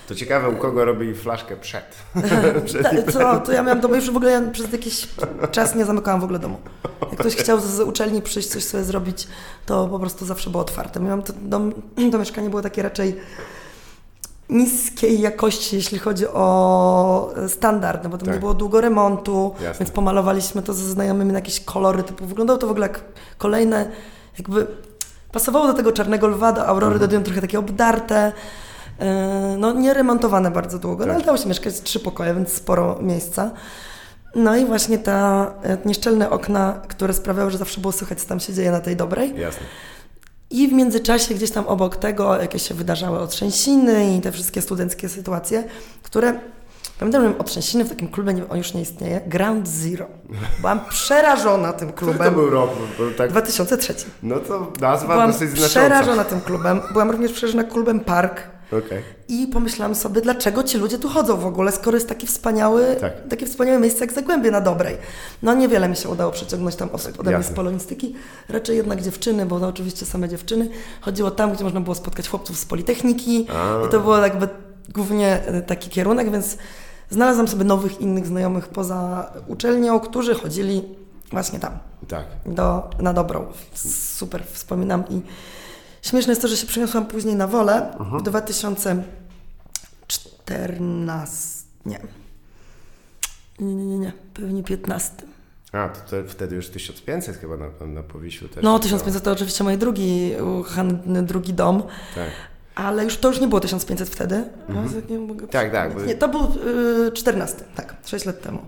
To ciekawe, u kogo robi flaszkę przed. przed Co? To ja miałam dom, już w ogóle ja przez jakiś czas nie zamykałam w ogóle domu. Jak ktoś chciał z uczelni przyjść, coś sobie zrobić, to po prostu zawsze było otwarte. Miałam to, dom, to mieszkanie było takie raczej niskiej jakości, jeśli chodzi o standard, no bo tam tak. nie było długo remontu, Jasne. więc pomalowaliśmy to ze znajomymi na jakieś kolory, typu wyglądało to w ogóle jak kolejne, jakby pasowało do tego Czarnego Lwa, do Aurory, mhm. do Dion trochę takie obdarte, yy, no nie remontowane bardzo długo, tak. no ale dało się mieszkać trzy pokoje, więc sporo miejsca. No i właśnie te nieszczelne okna, które sprawiały, że zawsze było słychać, co tam się dzieje na tej Dobrej. Jasne. I w międzyczasie gdzieś tam obok tego jakieś się wydarzały otrzęsiny i te wszystkie studenckie sytuacje, które... Pamiętam, że otrzęsiny w takim klubie, nie, on już nie istnieje, Ground Zero. Byłam przerażona tym klubem. Co to był rok? Tak... dwa tysiące trzeci. No to nazwa Byłam dosyć znacząca. przerażona tym klubem. Byłam również przerażona klubem Park. Okay. I pomyślałam sobie, dlaczego ci ludzie tu chodzą w ogóle, skoro jest taki wspaniały, tak. takie wspaniałe miejsce jak Zagłębie na Dobrej. No niewiele mi się udało przyciągnąć tam osób ode mnie z polonistyki, raczej jednak dziewczyny, bo to oczywiście same dziewczyny. Chodziło tam, gdzie można było spotkać chłopców z Politechniki A. i to było jakby głównie taki kierunek, więc znalazłam sobie nowych, innych znajomych poza uczelnią, którzy chodzili właśnie tam, tak. do, na Dobrą. Super wspominam i śmieszne jest to, że się przeniosłam później na Wolę uh-huh. w dwa tysiące czternastym. Nie. Nie, nie, nie, nie. Pewnie piętnastym. A, to, to wtedy już tysiąc pięćset chyba na, na Powiślu też. No, tysiąc pięćset to oczywiście mój drugi, ukochany drugi dom. Tak. Ale już to już nie było tysiąc pięćset wtedy. Mhm. No, nie mogę tak, tak. Bo... Nie, to był y, czternasty, tak, sześć lat temu.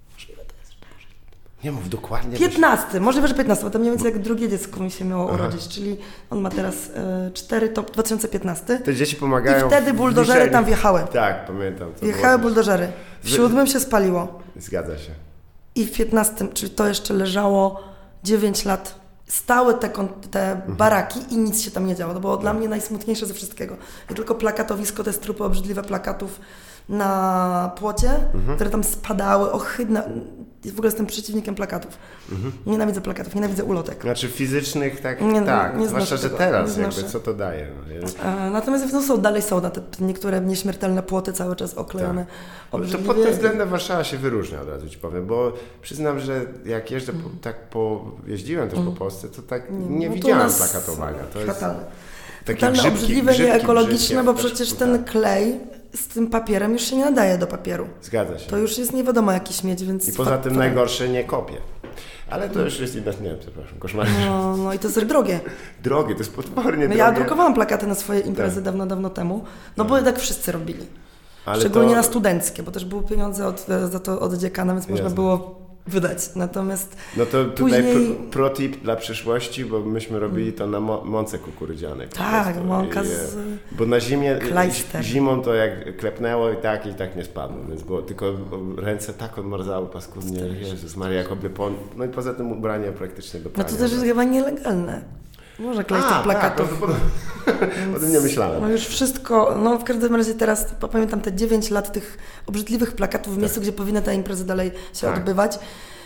Nie mów dokładnie. piętnasty, możliwe, że piętnasty, bo to mniej więcej jak drugie dziecko mi się miało Aha. urodzić, czyli on ma teraz y, cztery, to dwa tysiące piętnasty. Te dzieci pomagają. I wtedy buldożery tam wjechały. Tak, pamiętam. Wjechały buldożery. W siódmym się spaliło. Zgadza się. I w piętnastym, czyli to jeszcze leżało dziewięć lat, stały te, te mhm. baraki i nic się tam nie działo. To było tak. dla mnie najsmutniejsze ze wszystkiego. I tylko plakatowisko, te strupy obrzydliwe plakatów na płocie, mhm. które tam spadały, ohydne. W ogóle jestem przeciwnikiem plakatów. Mhm. Nienawidzę plakatów, nienawidzę ulotek. Znaczy fizycznych, tak, nie, tak. Nie zwłaszcza, że teraz jakby, co to daje. No, e, natomiast no, są, dalej są na te niektóre nieśmiertelne płoty cały czas oklejone. Tak. To pod tym względem Warszawa się wyróżnia, od razu ci powiem, bo przyznam, że jak jeżdżę, po, tak po, jeździłem też mm. po Polsce, to tak nie, nie no, widziałem plakatowania. To jest fatalne. Takie fatalne, grzybki, obrzydliwe, grzybki, nieekologiczne, bo grzybkie, przecież tak. ten klej z tym papierem już się nie nadaje do papieru. Zgadza się. To już jest nie wiadomo jaki śmieć, więc... I poza tym najgorsze nie kopie. Ale to już jest inna, nie wiem, przepraszam, koszmar. No, no i to jest drogie. Drogie, to jest potwornie no drogie. Ja drukowałam plakaty na swoje imprezy tak. dawno, dawno temu, no tak. bo tak wszyscy robili. Ale Szczególnie to... na studenckie, bo też były pieniądze od, za to od dziekana, więc Jasne. można było wydać. Natomiast No to tutaj później... pro, pro tip dla przyszłości, bo myśmy robili to na mo- mące kukurydzianej. Tak, mąka z... Bo na zimie, Klejster. zimą to jak klepnęło i tak i tak nie spadło, więc było tylko ręce tak odmarzały paskudnie, Jezus Maria, jakoby po... No i poza tym ubrania praktycznie do prania. No to też jest chyba nielegalne. Może kleić tych plakatów. Tak, o tym nie myślałem. No już wszystko, no w każdym razie teraz pamiętam te dziewięć lat tych obrzydliwych plakatów w miejscu, tak. gdzie powinny te imprezy dalej się tak. odbywać.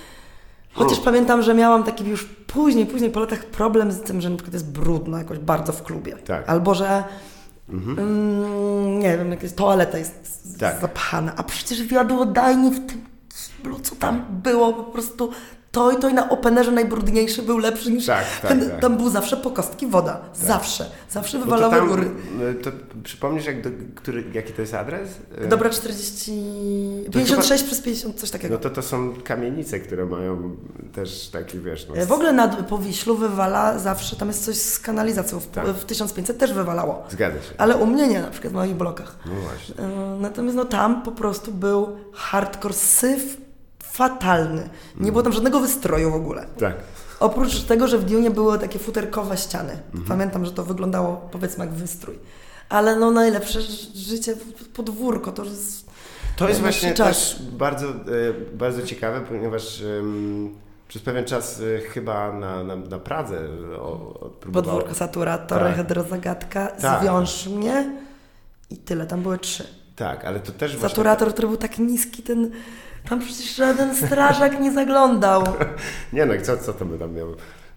Chociaż Uf. pamiętam, że miałam taki już później, później po latach problem z tym, że na przykład jest brudno jakoś bardzo w klubie. Tak. Albo, że mhm. mm, nie wiem, jakaś toaleta jest tak. zapchana, a przecież wiadłodajnie w tym kiblu, co tam było, po prostu... To i to i na openerze najbrudniejszy był lepszy niż tak, tak, ten, tak. tam był zawsze po kostki woda. Tak. Zawsze. Zawsze wywalały no to tam, rury. To przypomnisz, jak do, który, jaki to jest adres? Dobra czterdzieści... pięćdziesiąt sześć przez pięćdziesiąt, coś takiego. No to to są kamienice, które mają też taki, wiesz... No, w ogóle na Powiślu wywala zawsze, tam jest coś z kanalizacją. W, tak. w tysiąc pięćset też wywalało. Zgadza się. Ale u mnie nie, na przykład w moich blokach. No właśnie. Natomiast no tam po prostu był hardcore syf fatalny. Nie było tam żadnego wystroju w ogóle. Tak. Oprócz tego, że w Dionie były takie futerkowe ściany. Mhm. Pamiętam, że to wyglądało powiedzmy jak wystrój. Ale no najlepsze życie, podwórko, to jest... To jest właśnie czas. też bardzo, bardzo ciekawe, ponieważ um, przez pewien czas chyba na, na, na Pradze próbowało... Podwórko, saturator, tak. hydrozagadka, tak. Zwiąż mnie i tyle, tam były trzy. Tak, ale to też Saturator, właśnie... który był tak niski, ten... Tam przecież żaden strażak nie zaglądał. Nie no, co, co to by tam miało?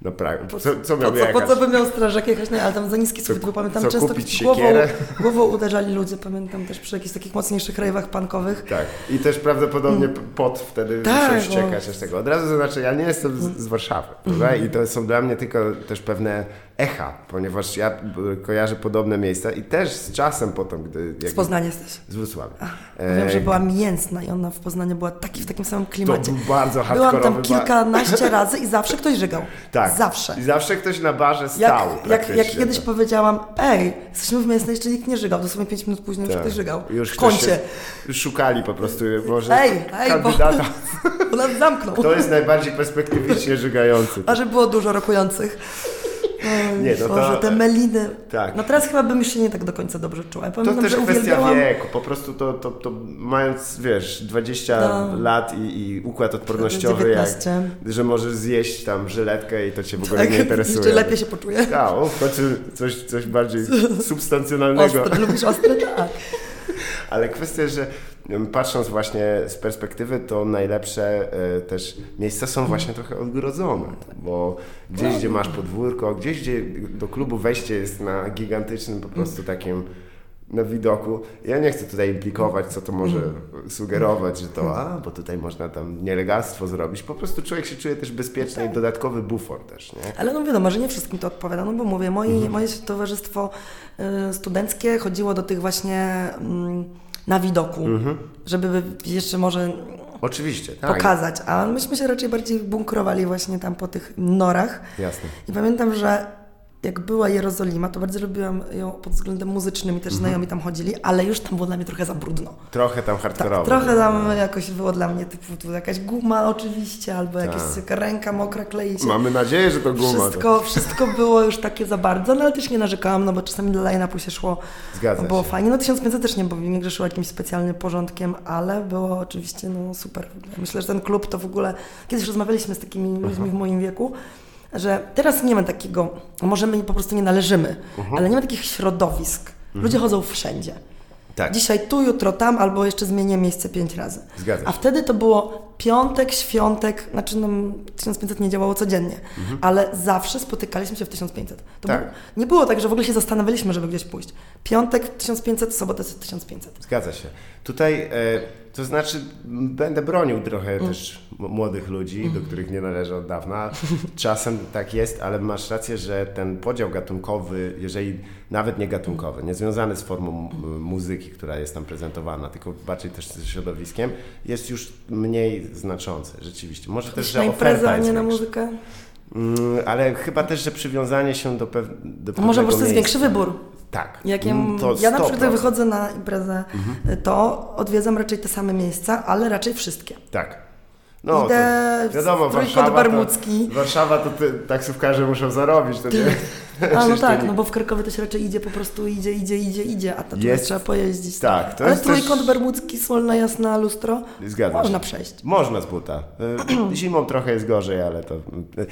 Naprawdę. Po, Co, co miał po, co, jechać? po co by miał strażak jechać? Nie, ale tam za niski sufit, bo pamiętam, często głową, głową uderzali ludzie, pamiętam też przy jakichś takich mocniejszych rejwach punkowych. Tak. I też prawdopodobnie mm. pot wtedy tak, musiał ściekać z tego. Od razu zaznaczę, ja nie jestem z, z Warszawy, mm. i to są dla mnie tylko też pewne echa, ponieważ ja kojarzę podobne miejsca i też z czasem potem, gdy... Z Poznania jesteś? Z Wrocławia. E... Wiem, że była mięsna i ona w Poznaniu była taki, w takim samym klimacie. To był bardzo hardkorowy. Byłam tam kilkanaście razy i zawsze ktoś żygał. Tak. Zawsze. I zawsze ktoś na barze stał. Jak, jak, jak kiedyś powiedziałam, ej, jesteśmy w mięsnej, jeszcze nikt nie żygał, dosłownie pięć minut później tak. już ktoś żygał. Już w kącie. Się, już szukali po prostu może ej, ej, kandydata. Bo, bo nas zamknął. Kto jest najbardziej perspektywicznie żygający? A że było dużo rokujących. Oj, nie, no Boże, to, te meliny. Tak. No teraz chyba bym już się nie tak do końca dobrze czuła. Ja pamiętam, to też że kwestia uwielbiałam... wieku. Po prostu to, to, to mając, wiesz, dwadzieścia no. lat i, i układ odpornościowy, jak, że możesz zjeść tam żyletkę i to cię w ogóle tak, nie interesuje. Jeszcze lepiej się poczuje. Tak, o, w końcu coś, coś bardziej substancjonalnego. Ostre, lubisz ostre? Tak. Ale kwestia, że patrząc właśnie z perspektywy, to najlepsze y, też miejsca są właśnie trochę odgrodzone, bo gdzieś, gdzie masz podwórko, gdzieś, gdzie do klubu wejście jest na gigantycznym po prostu takim na widoku. Ja nie chcę tutaj implikować, co to może sugerować, że to, a, bo tutaj można tam nielegalstwo zrobić. Po prostu człowiek się czuje też bezpiecznie i dodatkowy bufor też, nie? Ale no wiadomo, że nie wszystkim to odpowiada, no bo mówię, moi, mhm. moje towarzystwo y, studenckie chodziło do tych właśnie y, na widoku, mhm. żeby jeszcze może Oczywiście, tak. pokazać, a myśmy się raczej bardziej bunkrowali właśnie tam po tych norach. Jasne. I pamiętam, że jak była Jerozolima, to bardzo lubiłam ją pod względem muzycznym i też mhm. znajomi tam chodzili, ale już tam było dla mnie trochę za brudno. Trochę tam hardkorowo. Tak, trochę tam jakoś było dla mnie typu tu jakaś guma oczywiście, albo tak. jakaś ręka mokra klei się. Mamy nadzieję, że to guma. Wszystko, to. wszystko było już takie za bardzo, no ale też nie narzekałam, no bo czasami dla line-upu się szło. Zgadza było się. fajnie. No tysiąc pięćset też nie, bo nie grzeszyło jakimś specjalnym porządkiem, ale było oczywiście no super. Myślę, że ten klub to w ogóle, kiedyś rozmawialiśmy z takimi ludźmi uh-huh. w moim wieku, że teraz nie ma takiego, może my po prostu nie należymy, uh-huh. ale nie ma takich środowisk. Uh-huh. Ludzie chodzą wszędzie. Tak. Dzisiaj tu, jutro tam, albo jeszcze zmienię miejsce pięć razy. Zgadza się. A wtedy to było piątek, świątek, znaczy no, tysiąc pięćset nie działało codziennie, mhm. ale zawsze spotykaliśmy się w tysiąc pięćset. To tak. było, nie było tak, że w ogóle się zastanawialiśmy, żeby gdzieś pójść. Piątek tysiąc pięćset, sobota tysiąc pięćset. Zgadza się. Tutaj, e, to znaczy, będę bronił trochę mm. też młodych ludzi, mm. do których nie należę od dawna. Czasem tak jest, ale masz rację, że ten podział gatunkowy, jeżeli nawet nie gatunkowy, nie związany z formą muzyki, która jest tam prezentowana, tylko bardziej też ze środowiskiem, jest już mniej znaczące, rzeczywiście. Może też, że na imprezę, a nie na większa. muzykę? Mm, ale chyba też, że przywiązanie się do, pew- do pewnego Może po prostu jest miejsca. większy wybór. Tak. Jak ja, to ja na przykład jak wychodzę na imprezę, mhm. to odwiedzam raczej te same miejsca, ale raczej wszystkie. Tak. No, idę to, wiadomo, w Trójkąt Bermudzki. To, Warszawa to ty, taksówkarze muszą zarobić, to nie? A no tak, no bo w Krakowie to się raczej idzie, po prostu idzie, idzie, idzie, idzie, a to jest, trzeba pojeździć. Tak. To ale jest Trójkąt też... Bermudzki, Solna Jasna, Lustro, Zgadza można się. przejść. Można z buta. Zimą trochę jest gorzej, ale to...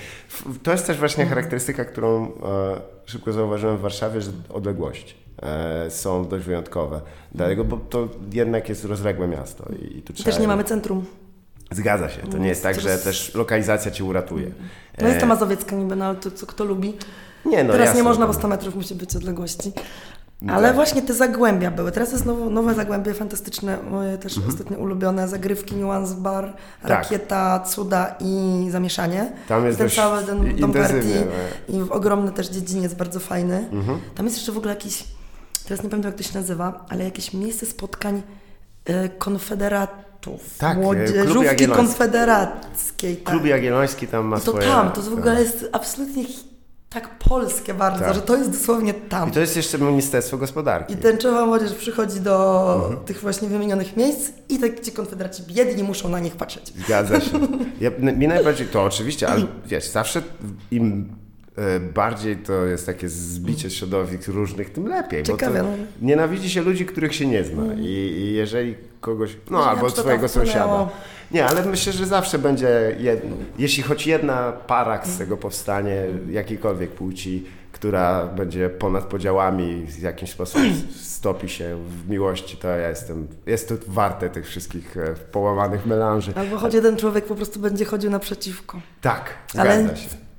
To jest też właśnie charakterystyka, którą e, szybko zauważyłem w Warszawie, że odległości e, są dość wyjątkowe. Dlatego, bo to jednak jest rozległe miasto. I, i tu trzeba... Też nie mamy centrum. Zgadza się. To nie jest tak, że też lokalizacja cię uratuje. No jest to Mazowiecka niby, no ale to co kto lubi. Nie, no Teraz jasne, nie można, bo to... sto metrów musi być odległości. Ale tak. właśnie te zagłębia były. Teraz jest nowo, nowe zagłębie fantastyczne, moje też mhm. ostatnio ulubione, zagrywki, Nuance Bar, tak. Rakieta, Cuda i Zamieszanie. Tam jest I ten cały ten Dom Party no. i w ogromny też dziedziniec, bardzo fajny. Mhm. Tam jest jeszcze w ogóle jakiś, teraz nie pamiętam jak to się nazywa, ale jakieś miejsce spotkań y, konfederatów, tak, młodzieżówki konfederackiej. Tak. Klub Jagielloński tam ma I to swoje... tam, to w ogóle jest absolutnie tak polskie bardzo, tak. że to jest dosłownie tam. I to jest jeszcze Ministerstwo Gospodarki. I tęczowa młodzież przychodzi do mhm. tych właśnie wymienionych miejsc i tak ci konfederaci biedni muszą na nich patrzeć. Zgadza się. Ja, mi najbardziej, to oczywiście, ale wiesz, zawsze im e, bardziej to jest takie zbicie środowisk różnych, tym lepiej. Ciekawe. Bo to no. nienawidzi się ludzi, których się nie zna. I, i jeżeli kogoś, no Że albo swojego sąsiada. Nie, ale myślę, że zawsze będzie, jedno, jeśli choć jedna para z tego powstanie, jakiejkolwiek płci, która będzie ponad podziałami w jakiś sposób stopi się w miłości, to ja jestem, jest to warte tych wszystkich połamanych melanży. Albo choć jeden człowiek po prostu będzie chodził naprzeciwko. Tak, ale zgadza się.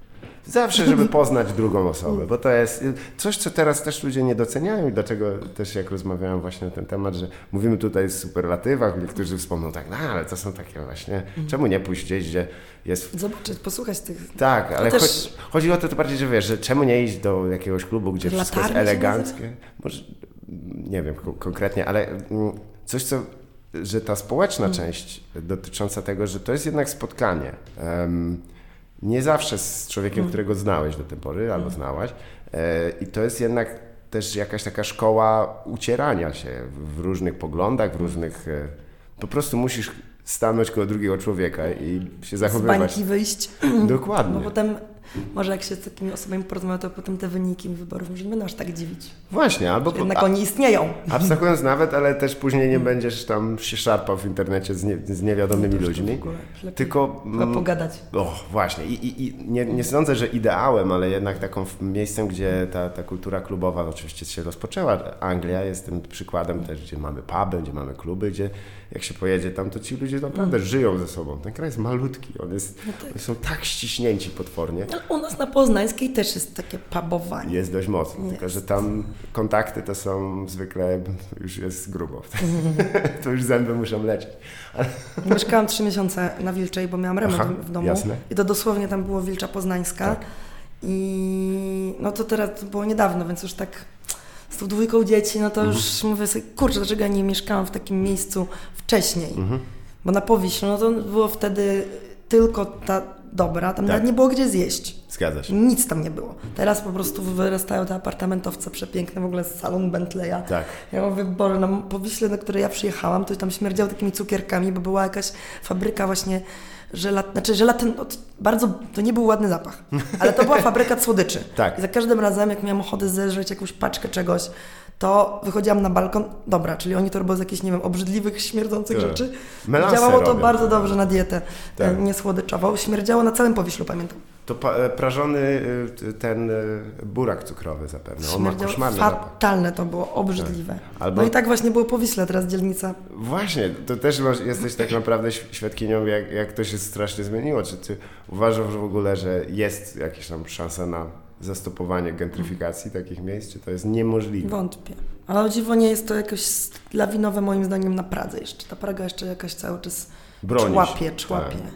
Zawsze, żeby poznać drugą osobę, bo to jest coś, co teraz też ludzie nie doceniają i dlaczego też jak rozmawiałem właśnie na ten temat, że mówimy tutaj w superlatywach, niektórzy wspomną tak, no ale to są takie właśnie, czemu nie pójść gdzieś, gdzie jest... Zobaczyć, posłuchać tych... Tak, ale też... chodzi, chodzi o to, to bardziej, że wiesz, że czemu nie iść do jakiegoś klubu, gdzie wszystko jest eleganckie, może nie wiem konkretnie, ale coś, co, że ta społeczna hmm. część dotycząca tego, że to jest jednak spotkanie, um, nie zawsze z człowiekiem, hmm. którego znałeś do tej pory, hmm. albo znałaś, e, i to jest jednak też jakaś taka szkoła ucierania się w, w różnych poglądach, w różnych, e, po prostu musisz stanąć koło drugiego człowieka i się zachowywać. Z bańki wyjść. Dokładnie. Bo potem, może jak się z takimi osobami porozmawia, to potem te wyniki wyborów może nie będą aż tak dziwić. Właśnie, albo... Jednak a, oni istnieją. Abstrahując nawet, ale też później nie będziesz tam się szarpał w internecie z, nie, z niewiadomymi no ludźmi. W ogóle, tylko... Chyba pogadać. O, właśnie. I, i, i nie, nie sądzę, że ideałem, ale jednak taką miejscem, gdzie ta, ta kultura klubowa oczywiście się rozpoczęła. Anglia jest tym przykładem też, gdzie mamy puby, gdzie mamy kluby, gdzie jak się pojedzie tam, to ci ludzie naprawdę mm. żyją ze sobą. Ten kraj jest malutki, on jest, no tak. Oni są tak ściśnięci potwornie. Ale u nas na Poznańskiej też jest takie pubowanie. Jest dość mocno, jest. Tylko że tam kontakty to są zwykle, już jest grubo. To już zęby muszą lecieć. Ale... Mieszkałam trzy miesiące na Wilczej, bo miałam remont Aha, w domu. Jasne. I to dosłownie tam było Wilcza Poznańska. Tak. I no to teraz to było niedawno, więc już tak... z tą dwójką dzieci, no to mhm. już mówię sobie, kurczę, dlaczego ja nie mieszkałam w takim miejscu wcześniej? Mhm. Bo na Powiślu, no to było wtedy tylko ta dobra, tam tak. nawet nie było gdzie zjeść. Zgadza się. Nic tam nie było. Teraz po prostu wyrastają te apartamentowce przepiękne, w ogóle salon Bentleya. Tak. Ja mówię, Boże, na Powiśle, na które ja przyjechałam, to tam śmierdziało takimi cukierkami, bo była jakaś fabryka właśnie Żelat, znaczy żelatyn, bardzo, to nie był ładny zapach, ale to była fabryka słodyczy. Tak. I za każdym razem, jak miałam ochotę zeżreć jakąś paczkę czegoś, to wychodziłam na balkon, dobra, czyli oni to robią z jakichś, nie wiem, obrzydliwych, śmierdzących tak. rzeczy. Melasy Działało to robią. bardzo dobrze na dietę tak. niesłodyczową. Śmierdziało na całym Powiślu, pamiętam. To pa, prażony ten burak cukrowy zapewne. On ma koszmarny fatalne zapach. To było, obrzydliwe. Tak. Albo... No i tak właśnie było Powiśle, teraz dzielnica. Właśnie, to też masz, jesteś tak naprawdę świadkinią, jak, jak to się strasznie zmieniło. Czy ty uważasz w ogóle, że jest jakaś tam szansa na zastopowanie gentryfikacji takich miejsc, czy to jest niemożliwe? Wątpię. Ale o dziwo nie jest to jakoś lawinowe moim zdaniem na Pradze jeszcze. Ta Praga jeszcze jakaś cały czas Bronisz. człapie, człapie. Tak.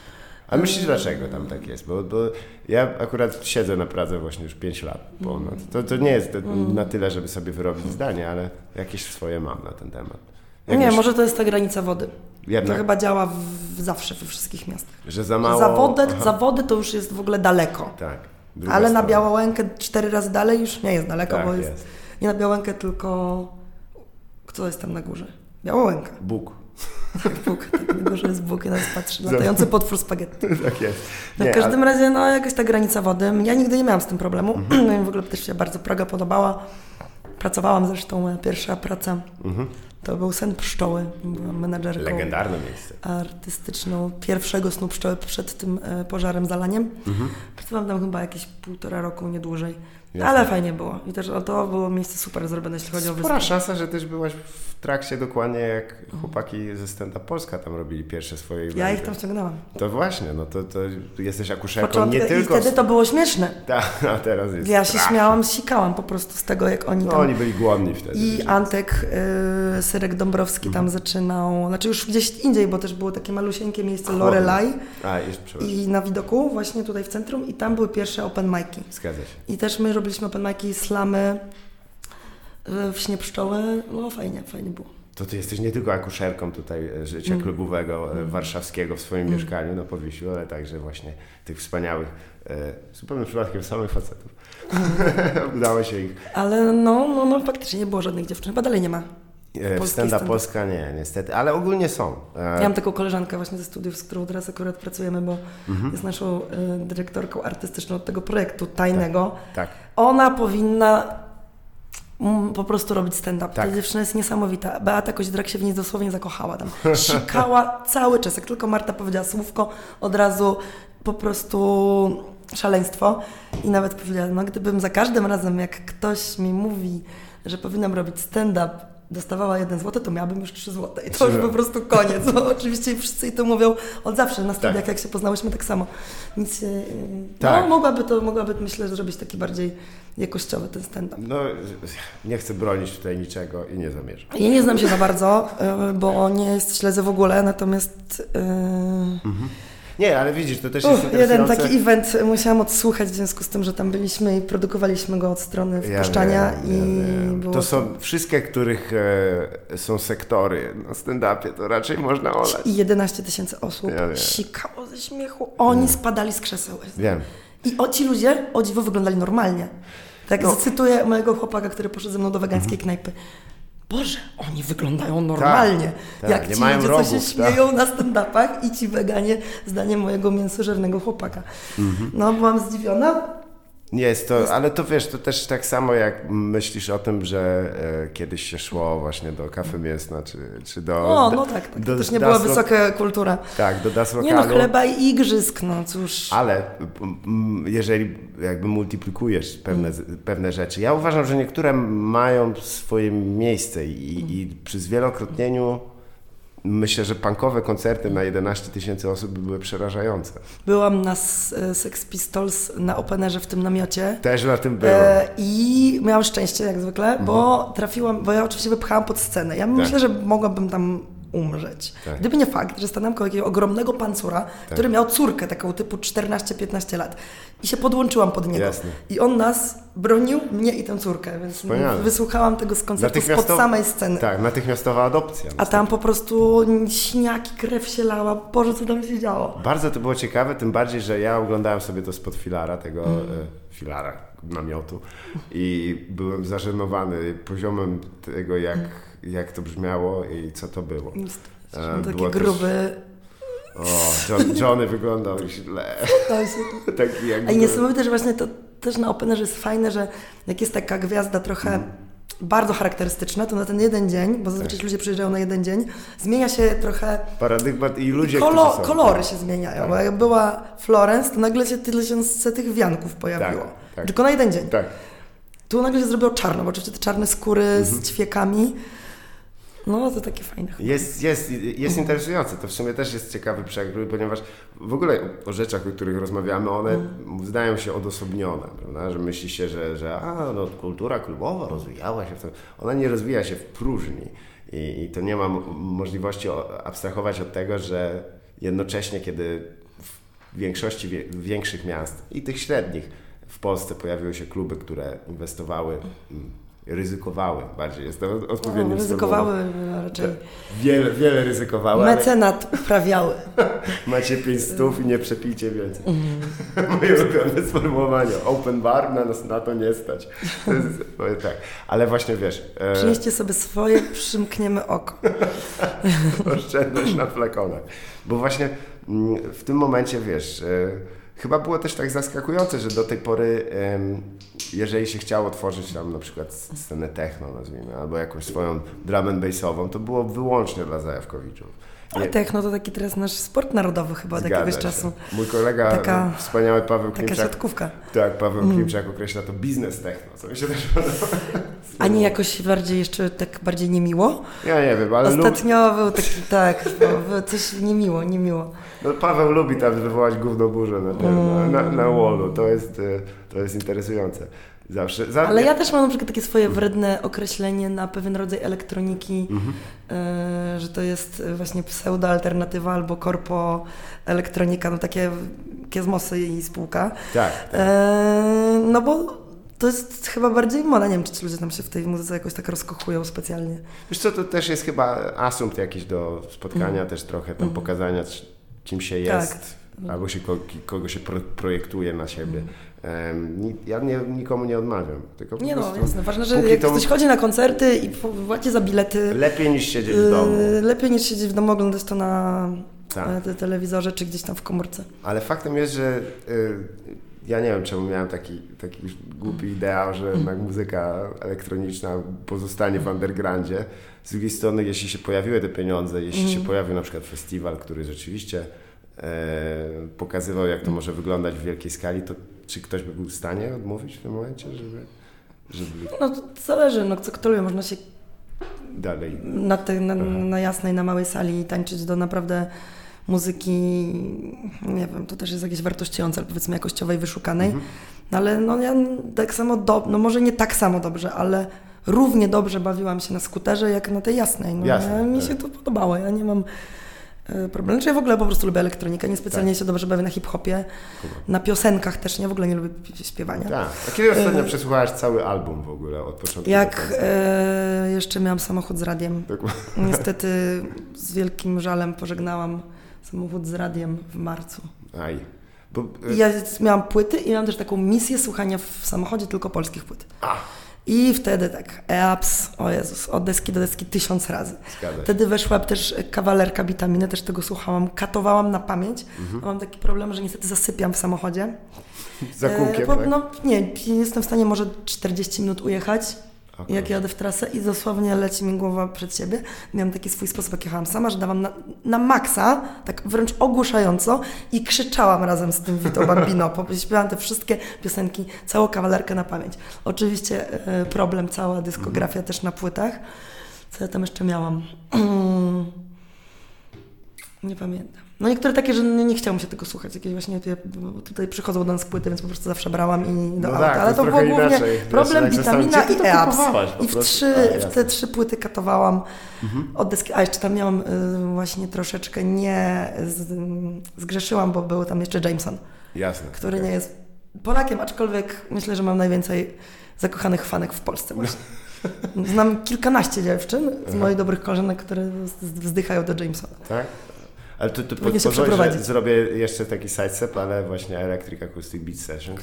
A myślisz, dlaczego tam tak jest? Bo, bo ja akurat siedzę na Pradze właśnie już pięć lat ponad. To, to nie jest na tyle, żeby sobie wyrobić zdanie, ale jakieś swoje mam na ten temat. Jak nie, już... może to jest ta granica wody. Jednak. To chyba działa w, w zawsze we wszystkich miastach. Że za mało... Za wodę, za wodę to już jest w ogóle daleko. Tak. Ale strona. Na Białołękę cztery razy dalej już nie jest daleko, tak, bo jest, jest nie na Białołękę, tylko kto jest tam na górze? Białołęka. Bóg. Bóg, tak, na górze jest Bóg i nas patrzy, latający potwór spaghetti. Tak jest. No, w każdym ale... razie, no jakaś ta granica wody. Ja nigdy nie miałam z tym problemu. Mhm. No i w ogóle też się bardzo Praga podobała. Pracowałam zresztą, moja pierwsza praca. Mhm. To był Sen Pszczoły. Byłam menadżerką. Legendarne miejsce. Artystyczną pierwszego Snu Pszczoły przed tym e, pożarem, zalaniem. Mhm. Pracowałam tam chyba jakieś półtora roku, nie dłużej. Jasne. Ale fajnie było. I też to było miejsce super zrobione, jeśli chodzi o wyspę. Spora szansa, że też byłaś w trakcie dokładnie jak chłopaki ze Stand Up Polska tam robili pierwsze swoje eventy. Ja ich tam wciągnęłam. To właśnie, no to, to jesteś akuszerką Początkę, nie tylko... I wtedy to było śmieszne. Tak, a teraz jest Ja strasznie. się śmiałam, sikałam po prostu z tego, jak oni no, tam... oni byli głodni wtedy. I Antek y, Syrek Dąbrowski mhm. tam zaczynał, znaczy już gdzieś indziej, bo też było takie malusieńkie miejsce Chłodny. Lorelai. A, już, I na widoku, właśnie tutaj w centrum, i tam były pierwsze open mic'i. Zgadza się. I też my robiliśmy open mic'i, slamy w Śnie Pszczoły. No fajnie, fajnie było. To ty jesteś nie tylko akuszerką tutaj życia mm. klubowego mm. warszawskiego w swoim mm. mieszkaniu na Powiślu, ale także właśnie tych wspaniałych, e, zupełnie przypadkiem samych facetów. Mm. Udało się ich. Ale no, no, no faktycznie nie było żadnych dziewczyn, chyba dalej nie ma. W Stand Up Polska nie, niestety, ale ogólnie są. Ja mam taką koleżankę właśnie ze studiów, z którą teraz akurat pracujemy, bo mm-hmm. jest naszą y, dyrektorką artystyczną tego projektu tajnego. Tak. tak. Ona powinna mm, po prostu robić stand-up. Tak. Ta dziewczyna jest niesamowita. Beata Koźdrak się w niej dosłownie zakochała tam. Sikała cały czas. Jak tylko Marta powiedziała słówko, od razu po prostu szaleństwo. I nawet powiedziała, no gdybym za każdym razem, jak ktoś mi mówi, że powinnam robić stand-up, dostawała jeden złoty, to miałabym już trzy złote i to już po prostu koniec. Bo oczywiście wszyscy to mówią od zawsze na studiach, tak. Jak się poznałyśmy, tak samo. Nic się, tak. No mogłaby to, mogłaby myślę, zrobić taki bardziej jakościowy ten stand-up. No nie chcę bronić tutaj niczego i nie zamierzam. Ja nie znam się za bardzo, bo nie śledzę w ogóle, natomiast... Yy... Mhm. Nie, ale widzisz, to też Uch, jest interesujące. Jeden taki event musiałam odsłuchać w związku z tym, że tam byliśmy i produkowaliśmy go od strony wpuszczania ja wiem, i ja wiem. było to są wszystkie, których e, są sektory na stand-upie, to raczej można olać. I jedenaście tysięcy osób ja sikało ze śmiechu. Oni wiem. Spadali z krzeseł. Wiem. I o, ci ludzie, o dziwo, wyglądali normalnie. Tak, no. Zacytuję mojego chłopaka, który poszedł ze mną do wegańskiej mhm. knajpy. Boże, oni wyglądają normalnie. Tak, jak tak, ci nie mają ludzie, rogów, co się tak. śmieją na stand-upach i ci weganie, zdaniem mojego mięsożernego chłopaka. Mhm. No, byłam zdziwiona. Jest to, ale to wiesz, to też tak samo jak myślisz o tym, że e, kiedyś się szło właśnie do Kawy Mięsna, czy, czy do... O, no tak, tak. Do, to też nie była lo- wysoka kultura. Tak, do das lokalu. Nie no, chleba i igrzysk, no cóż. Ale m, jeżeli jakby multiplikujesz pewne, mm. pewne rzeczy, ja uważam, że niektóre mają swoje miejsce i, mm. i przy zwielokrotnieniu myślę, że punkowe koncerty na jedenaście tysięcy osób były przerażające. Byłam na Sex Pistols na openerze w tym namiocie. Też na tym byłam. E, I miałam szczęście jak zwykle, mhm. bo trafiłam, bo ja oczywiście wypchałam pod scenę. Ja tak. myślę, że mogłabym tam umrzeć. Tak. Gdyby nie fakt, że stanęłam koło jakiegoś ogromnego pancura, tak. który miał córkę taką typu czternaście piętnaście lat i się podłączyłam pod niego. Jasne. I on nas bronił, mnie i tę córkę, więc Wspaniale. Wysłuchałam tego z koncertu spod samej sceny. Tak, natychmiastowa adopcja. A tam po prostu śniaki, krew się lała. Boże, co tam się działo. Bardzo to było ciekawe, tym bardziej, że ja oglądałem sobie to spod filara, tego mm. e, filara, namiotu i byłem zażenowany poziomem tego, jak mm. jak to brzmiało i co to było. E, taki gruby... Też... O, John, Johnny wyglądał źle. Taki jak... A i niesamowite, że właśnie to też na openerze jest fajne, że jak jest taka gwiazda trochę mm. bardzo charakterystyczna, to na ten jeden dzień, bo zazwyczaj tak. ludzie przyjeżdżają na jeden dzień, zmienia się trochę... Paradygmat i ludzie, kolo, którzy są. Kolory się zmieniają, tak. bo jak była Florence, to nagle się tysiące tych wianków pojawiło. Tak, tak. Tylko na jeden dzień. Tak. Tu nagle się zrobiło czarno, bo oczywiście te czarne skóry mhm. z ćwiekami. No, to takie fajne. Jest, jest, jest interesujące. To w sumie też jest ciekawy przekrój, ponieważ w ogóle o rzeczach, o których rozmawiamy, one mm. zdają się odosobnione, prawda? Że myśli się, że, że a, no, kultura klubowa rozwijała się w tym. Ona nie rozwija się w próżni i, i to nie ma możliwości abstrahować od tego, że jednocześnie, kiedy w większości wie, większych miast i tych średnich w Polsce pojawiły się kluby, które inwestowały ryzykowały bardziej, jest to odpowiednie no, ryzykowały raczej. Wiele, wiele ryzykowały. Mecenat ale... uprawiały. Macie pięć stów i nie przepijcie więcej. Mm. Moje ulubione sformułowanie. Open bar, na nas na to nie stać. To jest, no, tak. Ale właśnie wiesz... E... Przynieście sobie swoje, przymkniemy oko. Oszczędność na flakonach. Bo właśnie w tym momencie, wiesz... E... Chyba było też tak zaskakujące, że do tej pory, um, jeżeli się chciało tworzyć tam na przykład scenę techno, nazwijmy, albo jakąś swoją drum and bassową, to było wyłącznie dla zajawkowiczów. Ale techno to taki teraz nasz sport narodowy chyba od jakiegoś czasu. Mój kolega, taka, wspaniały Paweł taka Klimczak. Taka siatkówka. Tak, Paweł mm. Klimczak określa to biznes techno, co mi się też podoba. A nie jakoś bardziej jeszcze tak bardziej niemiło? Ja nie wiem, ale... Ostatnio lub... był taki, tak, był coś niemiło, niemiło. No Paweł lubi tam wywołać gówno burzę na, tym, mm. na, na, na wallu, to jest, to jest interesujące. Zawsze, zawsze. Ale ja też mam na przykład takie swoje wredne określenie na pewien rodzaj elektroniki, mm-hmm. y, że to jest właśnie pseudo-alternatywa albo korpo elektronika, no takie Kiezmosy i spółka. Tak. tak. Y, no bo to jest chyba bardziej moda, nie wiem, czy ci ludzie tam się w tej muzyce jakoś tak rozkochują specjalnie. Wiesz co, to też jest chyba asumpt jakiś do spotkania, mm. też trochę tam mm. pokazania, kim się jest, tak. albo się kogo się pro, projektuje na siebie. Um, ja nie, nikomu nie odmawiam. Tylko nie no, jasne. Ważne, że jak to... ktoś chodzi na koncerty i płaci za bilety... Lepiej niż siedzieć w domu. Lepiej niż siedzieć w domu, oglądać to na tak. te telewizorze czy gdzieś tam w komórce. Ale faktem jest, że y, ja nie wiem, czemu miałem taki, taki głupi ideał, że jednak muzyka elektroniczna pozostanie w undergroundzie. Z drugiej strony, jeśli się pojawiły te pieniądze, jeśli mm. się pojawił na przykład festiwal, który rzeczywiście e, pokazywał, jak to może wyglądać w wielkiej skali, to czy ktoś by był w stanie odmówić w tym momencie, żeby... żeby... No to zależy, no co kto lubi, można się dalej. Na, te, na, na jasnej, na małej sali i tańczyć do naprawdę muzyki, nie wiem, to też jest jakieś wartościujące, ale powiedzmy jakościowej, wyszukanej. Mhm. No ale no ja tak samo, do, no może nie tak samo dobrze, ale równie dobrze bawiłam się na skuterze jak na tej jasnej. No, Jasne, ja, mi tak. się to podobało, ja nie mam y, problemu. Znaczy ja w ogóle po prostu lubię elektronikę, niespecjalnie tak. się dobrze bawię na hip-hopie, Kuba. Na piosenkach też, nie w ogóle nie lubię śpiewania. Tak, a kiedy ostatnio y, przesłuchałaś cały album w ogóle od początku jak y, jeszcze miałam samochód z radiem. Niestety z wielkim żalem pożegnałam samochód z radiem w marcu. Aj. Bo, y... Ja miałam płyty i miałam też taką misję słuchania w samochodzie tylko polskich płyt. A. I wtedy tak, E-Ups, o Jezus, od deski do deski tysiąc razy. Zgadza się. Wtedy weszła też Kawalerka Bitaminy, też tego słuchałam, katowałam na pamięć. Mhm. Mam taki problem, że niestety zasypiam w samochodzie. Za kółkiem, e, po, tak? No nie, jestem w stanie może czterdzieści minut ujechać, o, jak jadę w trasę i dosłownie leci mi głowa przed siebie. Miałam taki swój sposób, jak jechałam sama, że dawałam na, na maksa, tak wręcz ogłuszająco i krzyczałam razem z tym Vito Bambino. Śpiewałam te wszystkie piosenki, całą Kawalerkę na pamięć. Oczywiście e, problem, cała dyskografia mm. też na płytach. Co ja tam jeszcze miałam? Nie pamiętam. No niektóre takie, że nie, nie chciało mi się tego słuchać. Jakieś właśnie tutaj przychodzą do nas płyty, więc po prostu zawsze brałam i do no auta. Tak, Ale to, to było głównie inaczej. problem, Wiesz, Bitamina i E-Ups. I w, trzy, A, w te trzy płyty katowałam mhm. od deski. A jeszcze tam miałam y, właśnie troszeczkę nie z, zgrzeszyłam, bo był tam jeszcze Jameson. Jasne. Który okay. nie jest Polakiem, aczkolwiek myślę, że mam najwięcej zakochanych fanek w Polsce właśnie. Znam kilkanaście dziewczyn z Aha. moich dobrych koleżanek, które wzdychają do Jamesona. Tak? Ale tu, tu pozwolę, że zrobię jeszcze taki sidestep, ale właśnie Electric Acoustic Beat Sessions.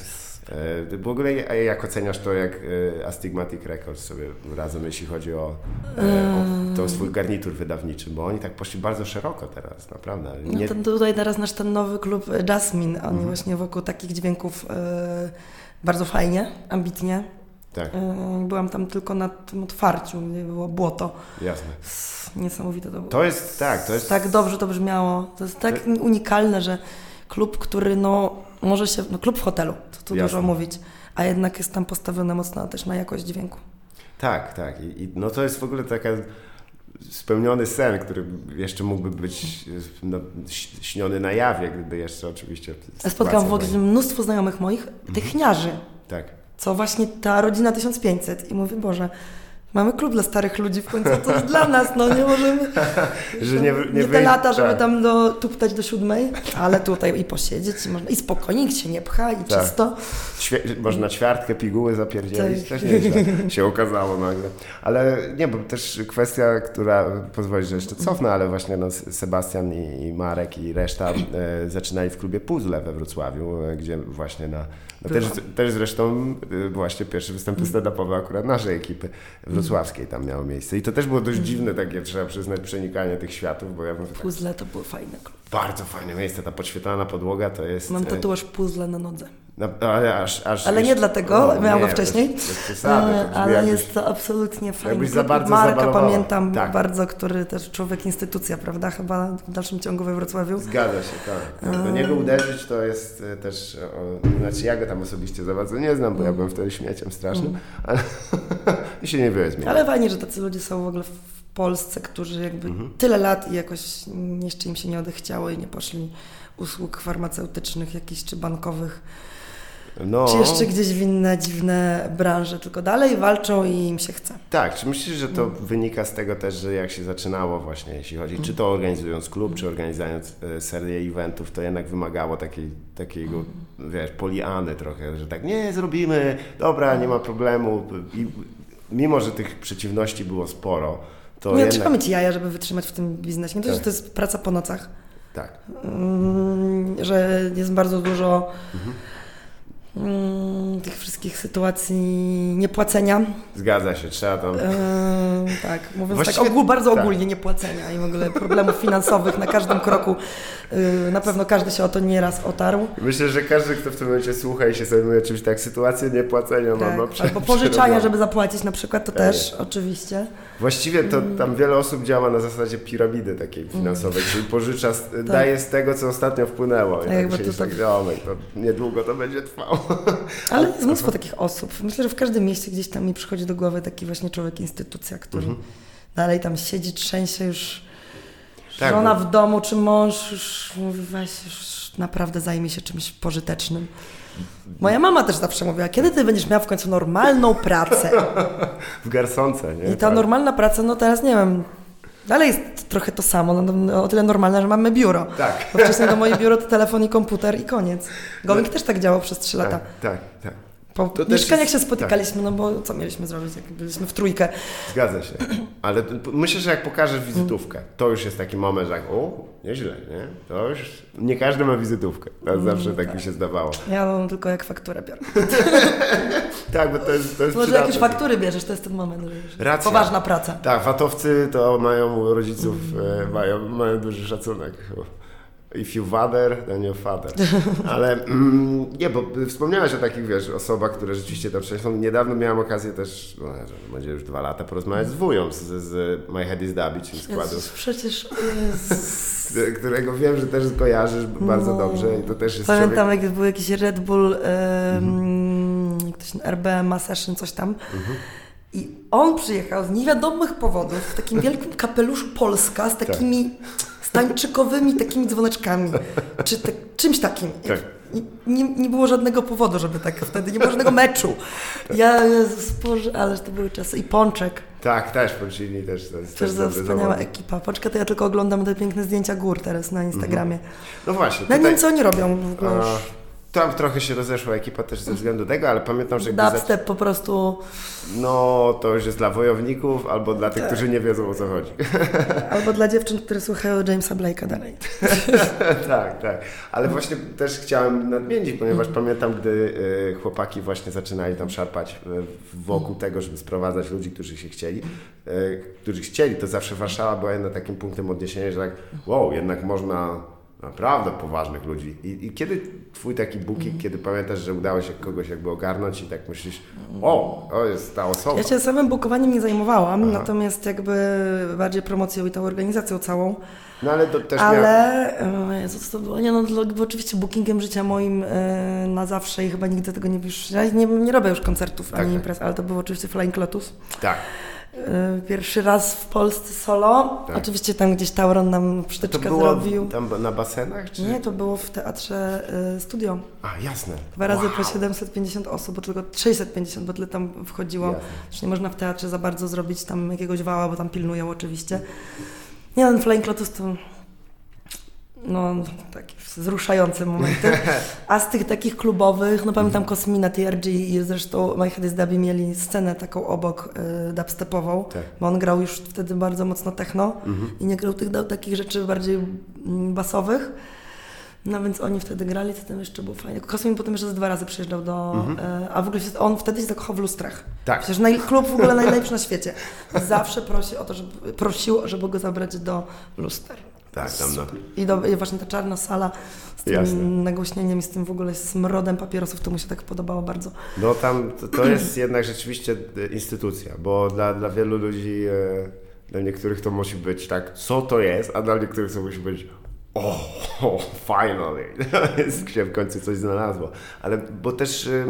E, w ogóle jak oceniasz to, jak e, Astigmatic Records sobie razem, jeśli chodzi o, e, o to swój garnitur wydawniczy, bo oni tak poszli bardzo szeroko teraz, naprawdę. Nie... No to tutaj teraz nasz ten nowy klub Jasmine, oni mhm. właśnie wokół takich dźwięków e, bardzo fajnie, ambitnie. Tak. Byłam tam tylko na tym otwarciu, gdzie było błoto. Jasne. Niesamowite to było. To jest, tak, to jest... Tak dobrze to brzmiało. To jest tak to... unikalne, że klub, który no może się, no klub w hotelu, to tu dużo mówić, a jednak jest tam postawione mocno też na jakość dźwięku. Tak, tak. I, i no to jest w ogóle taka spełniony sen, który jeszcze mógłby być no, śniony na jawie, gdyby jeszcze oczywiście... Ja spotkałam w ogóle mnóstwo znajomych moich, techniarzy. Tak. Co właśnie ta rodzina tysiąc pięćset i mówię, Boże, mamy klub dla starych ludzi, w końcu to jest dla nas, no nie możemy, że nie, nie, nie te lata, żeby tak. tam do, tuptać do siódmej, ale tutaj i posiedzieć i, można, i spokojnie, nikt się nie pcha i tak. czysto. Świe, można ćwiartkę, piguły zapierdzielić, tak. też nieźle się okazało nagle. Ale nie, bo też kwestia, która, pozwoli, że jeszcze cofnę, ale właśnie no, Sebastian i, i Marek i reszta e, zaczynali w klubie Puzzle we Wrocławiu, e, gdzie właśnie na No też, też zresztą właśnie pierwszy występy stand-upowe akurat naszej ekipy wrocławskiej tam miało miejsce. I to też było dość dziwne takie, trzeba przyznać, przenikanie tych światów, bo ja bym... Puzzle tak, to było fajne. Bardzo fajne miejsce, ta podświetlana podłoga to jest... Mam tatuaż puzzle na nodze. No, ale aż, aż ale nie dlatego, no, miałam go wcześniej, bez, bez przesady, e, ale jakbyś, jest to absolutnie fajne. Za bardzo Marka zabalowała. Pamiętam tak. bardzo, który też człowiek instytucja, prawda, chyba w dalszym ciągu we Wrocławiu. Zgadza się, tak. Do niego uderzyć to jest też, o, znaczy ja go tam osobiście za bardzo nie znam, bo mm. ja byłem wtedy śmieciem strasznym, mm. ale i się niewiele zmieniło. Ale fajnie, że tacy ludzie są w ogóle w Polsce, którzy jakby mm-hmm. tyle lat i jakoś jeszcze im się nie odechciało i nie poszli usług farmaceutycznych jakichś czy bankowych. No. Czy jeszcze gdzieś w inne dziwne branże, tylko dalej walczą i im się chce. Tak, czy myślisz, że to mm. wynika z tego też, że jak się zaczynało właśnie, jeśli chodzi, mm. czy to organizując klub, mm. czy organizując e, serię eventów, to jednak wymagało takiej, takiego, mm. wiesz, poliany trochę, że tak, nie, zrobimy, dobra, nie ma problemu. I mimo, że tych przeciwności było sporo, to nie, jednak... trzeba mieć jaja, żeby wytrzymać w tym biznesie. Nie to, tak. że to jest praca po nocach. Tak. Mm, że jest bardzo dużo... Mhm. tych wszystkich sytuacji niepłacenia. Zgadza się, trzeba tam... Yy, tak, mówiąc Właściwie, tak ogól, bardzo tak. ogólnie niepłacenia i w ogóle problemów finansowych na każdym kroku. Yy, na pewno każdy się o to nieraz otarł. Myślę, że każdy, kto w tym momencie słucha i się zajmuje czymś tak, sytuację niepłacenia tak. ma. Albo pożyczania, żeby zapłacić na przykład, to tak. też oczywiście. Właściwie to tam wiele osób działa na zasadzie piramidy takiej finansowej, czyli pożycza, tak. daje z tego, co ostatnio wpłynęło. I tak jakby się to, tak, to niedługo to będzie trwało. Ale jest mnóstwo takich osób. Myślę, że w każdym mieście gdzieś tam mi przychodzi do głowy taki właśnie człowiek, instytucja, który, mhm. dalej tam siedzi, trzęsie już Tak, żona bo- w domu, czy mąż już mówi, weź już naprawdę zajmie się czymś pożytecznym. Moja mama też zawsze mówiła, kiedy ty będziesz miała w końcu normalną pracę? W garsonce, nie? I ta Tak. normalna praca, no teraz nie wiem, dalej jest trochę to samo, no, no, o tyle normalne, że mamy biuro. Tak. Bo wcześniej to moje biuro to telefon i komputer i koniec. Going też tak działał przez trzy lata. Tak, tak, tak. Po To też mieszkaniach jest- się spotykaliśmy, no bo co mieliśmy zrobić, jak byliśmy w trójkę. Zgadza się. Ale t- myślę, że jak pokażesz wizytówkę, to już jest taki moment, że jak, o, nieźle, nie? To już nie każdy ma wizytówkę. To zawsze tak mi się zdawało. Ja no, tylko jak fakturę biorę. Tak, bo to jest, to jest Może jak już przydatne. faktury bierzesz, to jest ten moment, że już Racja. poważna praca. Tak, watowcy to mają u rodziców, e, mają, mają duży szacunek. If you father, then your father. Ale mm, nie, bo wspomniałeś o takich, wiesz, osobach, które rzeczywiście tam są. Niedawno miałem okazję też, no, że będzie już dwa lata, porozmawiać z wują z, z My Head is Dabby, czyli składu, Jezus, przecież Jezus. którego wiem, że też kojarzysz bardzo No. dobrze i to też jest Pamiętam, człowiek... jak był jakiś Red Bull, um, jak to się R B M A Session, coś tam. Mhm. I on przyjechał z niewiadomych powodów w takim wielkim kapeluszu Polska z takimi stańczykowymi takimi dzwoneczkami, czy te, czymś takim. Tak. I nie, nie było żadnego powodu, żeby tak wtedy, nie było żadnego meczu. Ja, Jezus, Boże, ależ to były czasy. I Pączek, Tak, też Poncini też to jest też też za dobry wspaniała zawodnik. ekipa. Pączka to ja tylko oglądam te piękne zdjęcia gór teraz na Instagramie. No właśnie, No nie tutaj, wiem, co oni robią w ogóle już. a, tam trochę się rozeszła ekipa też ze względu tego, ale pamiętam, że jakby zac- Dubstep po prostu, no to już jest dla wojowników albo dla tych, którzy nie wiedzą, o co chodzi. albo dla dziewczyn, które słuchają Jamesa Blake'a dalej. Tak, tak. Ale właśnie też chciałem nadmienić, ponieważ pamiętam, gdy y, chłopaki właśnie zaczynali tam szarpać y, wokół tego, żeby sprowadzać ludzi, którzy się chcieli, y, którzy chcieli, to zawsze Warszawa była jednak takim punktem odniesienia, że tak, wow, jednak można naprawdę poważnych ludzi. I, i kiedy twój taki booking, kiedy pamiętasz, że udało się kogoś jakby ogarnąć i tak myślisz, o, to jest ta osoba. Ja się samym bukowaniem nie zajmowałam, Aha. natomiast jakby bardziej promocją i tą organizacją całą. No ale to też miał... Ale, o Jezu, co to było? Nie no, to było oczywiście bookingiem życia moim e, na zawsze i chyba nigdy tego nie już, ja nie, nie robię już koncertów Tak, ani tak. imprez, ale to był oczywiście Flying Lotus. Tak. E, pierwszy raz w Polsce solo. Tak. Oczywiście tam gdzieś Tauron nam To przyteczkę było zrobił. tam na basenach? Czy... Nie, to było w teatrze e, Studio. A, jasne. Dwa razy Wow. po siedemset pięćdziesiąt osób, bo tylko sześćset pięćdziesiąt, bo tyle tam wchodziło. Jasne. Już nie można w teatrze za bardzo zrobić tam jakiegoś wała, bo tam pilnują oczywiście. Nie, ten Flying Lotus to no takie wzruszające momenty. A z tych takich klubowych, no pamiętam Kosmina, T R G i zresztą My Head is Dabby mieli scenę taką obok y, dubstepową, Tak. bo on grał już wtedy bardzo mocno techno Mhm. i nie grał tych dał takich rzeczy bardziej mm, basowych. No więc oni wtedy grali, to tam jeszcze było fajnie. Kosmin potem jeszcze ze dwa razy przyjeżdżał do... Mhm. y, a w ogóle się, on wtedy się zakochał w lustrach. Tak. Przecież naj, klub w ogóle najlepszy na świecie. Zawsze prosi o to, żeby, prosił, żeby go zabrać do luster. Tak, tam no. I, do, I właśnie ta czarna sala z tym Jasne. nagłośnieniem i z tym w ogóle smrodem papierosów, to mu się tak podobało bardzo. No tam to, to jest jednak rzeczywiście e, instytucja, bo dla, dla wielu ludzi, e, dla niektórych to musi być tak, co to jest, a dla niektórych to musi być o, oh, finally, jest, się w końcu coś znalazło. Ale bo też ym,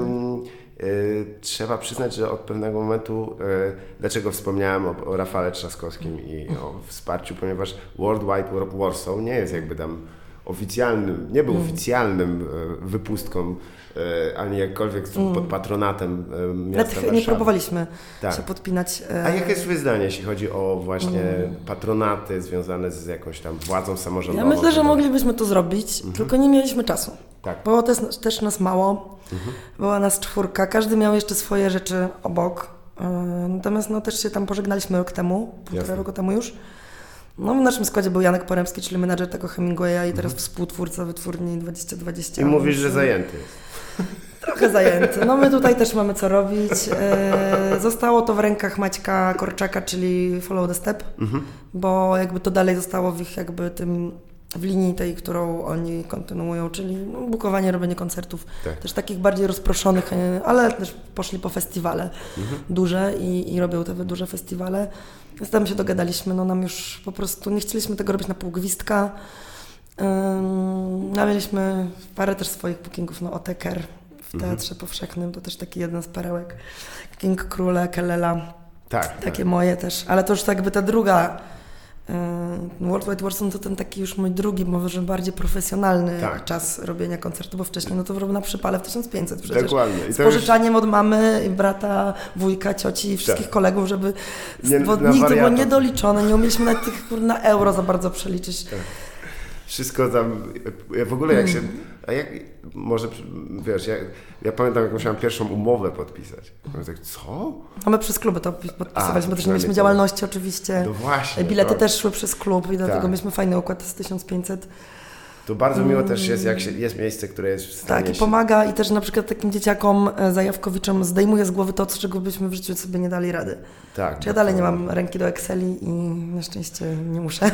y, trzeba przyznać, że od pewnego momentu, y, dlaczego wspomniałem o, o Rafale Trzaskowskim i o wsparciu, ponieważ World Wide Warsaw nie jest jakby tam oficjalnym, nie był oficjalnym y, wypustką, y, ani jakkolwiek pod patronatem y, miasta Nawet Warszawy. nie próbowaliśmy Tak. się podpinać. e, A jakie jest Twoje zdanie, jeśli chodzi o właśnie patronaty związane z jakąś tam władzą Ja samorządową? myślę, że czy- moglibyśmy to zrobić, tylko nie mieliśmy czasu. Tak. Było też, też nas mało, była nas czwórka, każdy miał jeszcze swoje rzeczy obok. E, Natomiast no, też się tam pożegnaliśmy rok temu, półtora Jasne. roku temu już. No, w naszym składzie był Janek Poremski, czyli menadżer tego Hemingwaya i teraz współtwórca wytwórni dwadzieścia dwadzieścia. I mówisz, więc, że e, zajęty jest. Trochę zajęty. No my tutaj też mamy co robić. E, zostało to w rękach Maćka Korczaka, czyli Follow the Step, Mhm. bo jakby to dalej zostało w ich jakby tym, w linii tej, którą oni kontynuują, czyli no, bukowanie, robienie koncertów, Tak. też takich bardziej rozproszonych, e, ale też poszli po festiwale duże i, i robią te duże festiwale. Z tym się dogadaliśmy, no nam już po prostu nie chcieliśmy tego robić na pół gwizdka. Ym, no, mieliśmy parę też swoich bookingów, no Oteker w Teatrze Powszechnym, to też taki jeden z perełek. King Króle, Kelela, Tak. Takie tak. moje też, ale to już tak jakby ta druga yy, World Wide Warzone to ten taki już mój drugi, może bardziej profesjonalny tak. czas robienia koncertu, bo wcześniej no to robił na przypale w tysiąc pięćset przecież. Dokładnie. I z to pożyczaniem już... od mamy, brata, wujka, cioci i wszystkich tak. kolegów, żeby nie, bo nigdy było niedoliczone, nie umieliśmy nawet tych na euro za bardzo przeliczyć. Tak. Wszystko tam, w ogóle jak się, a jak, może, wiesz, ja, ja pamiętam, jak musiałem pierwszą umowę podpisać. Ja tak, co? A my przez kluby to podpisywaliśmy, bo też nie mieliśmy działalności oczywiście. No właśnie. Bilety to... też szły przez klub i dlatego tak. mieliśmy fajny układ z tysiąc pięćset. To bardzo miło też jest, jak się, jest miejsce, które jest w stanie Tak, i się... pomaga i też na przykład takim dzieciakom, zajawkowiczom zdejmuje z głowy to, czego byśmy w życiu sobie nie dali rady. Tak. Czy ja dalej nie mam ręki do Exceli i na szczęście nie muszę.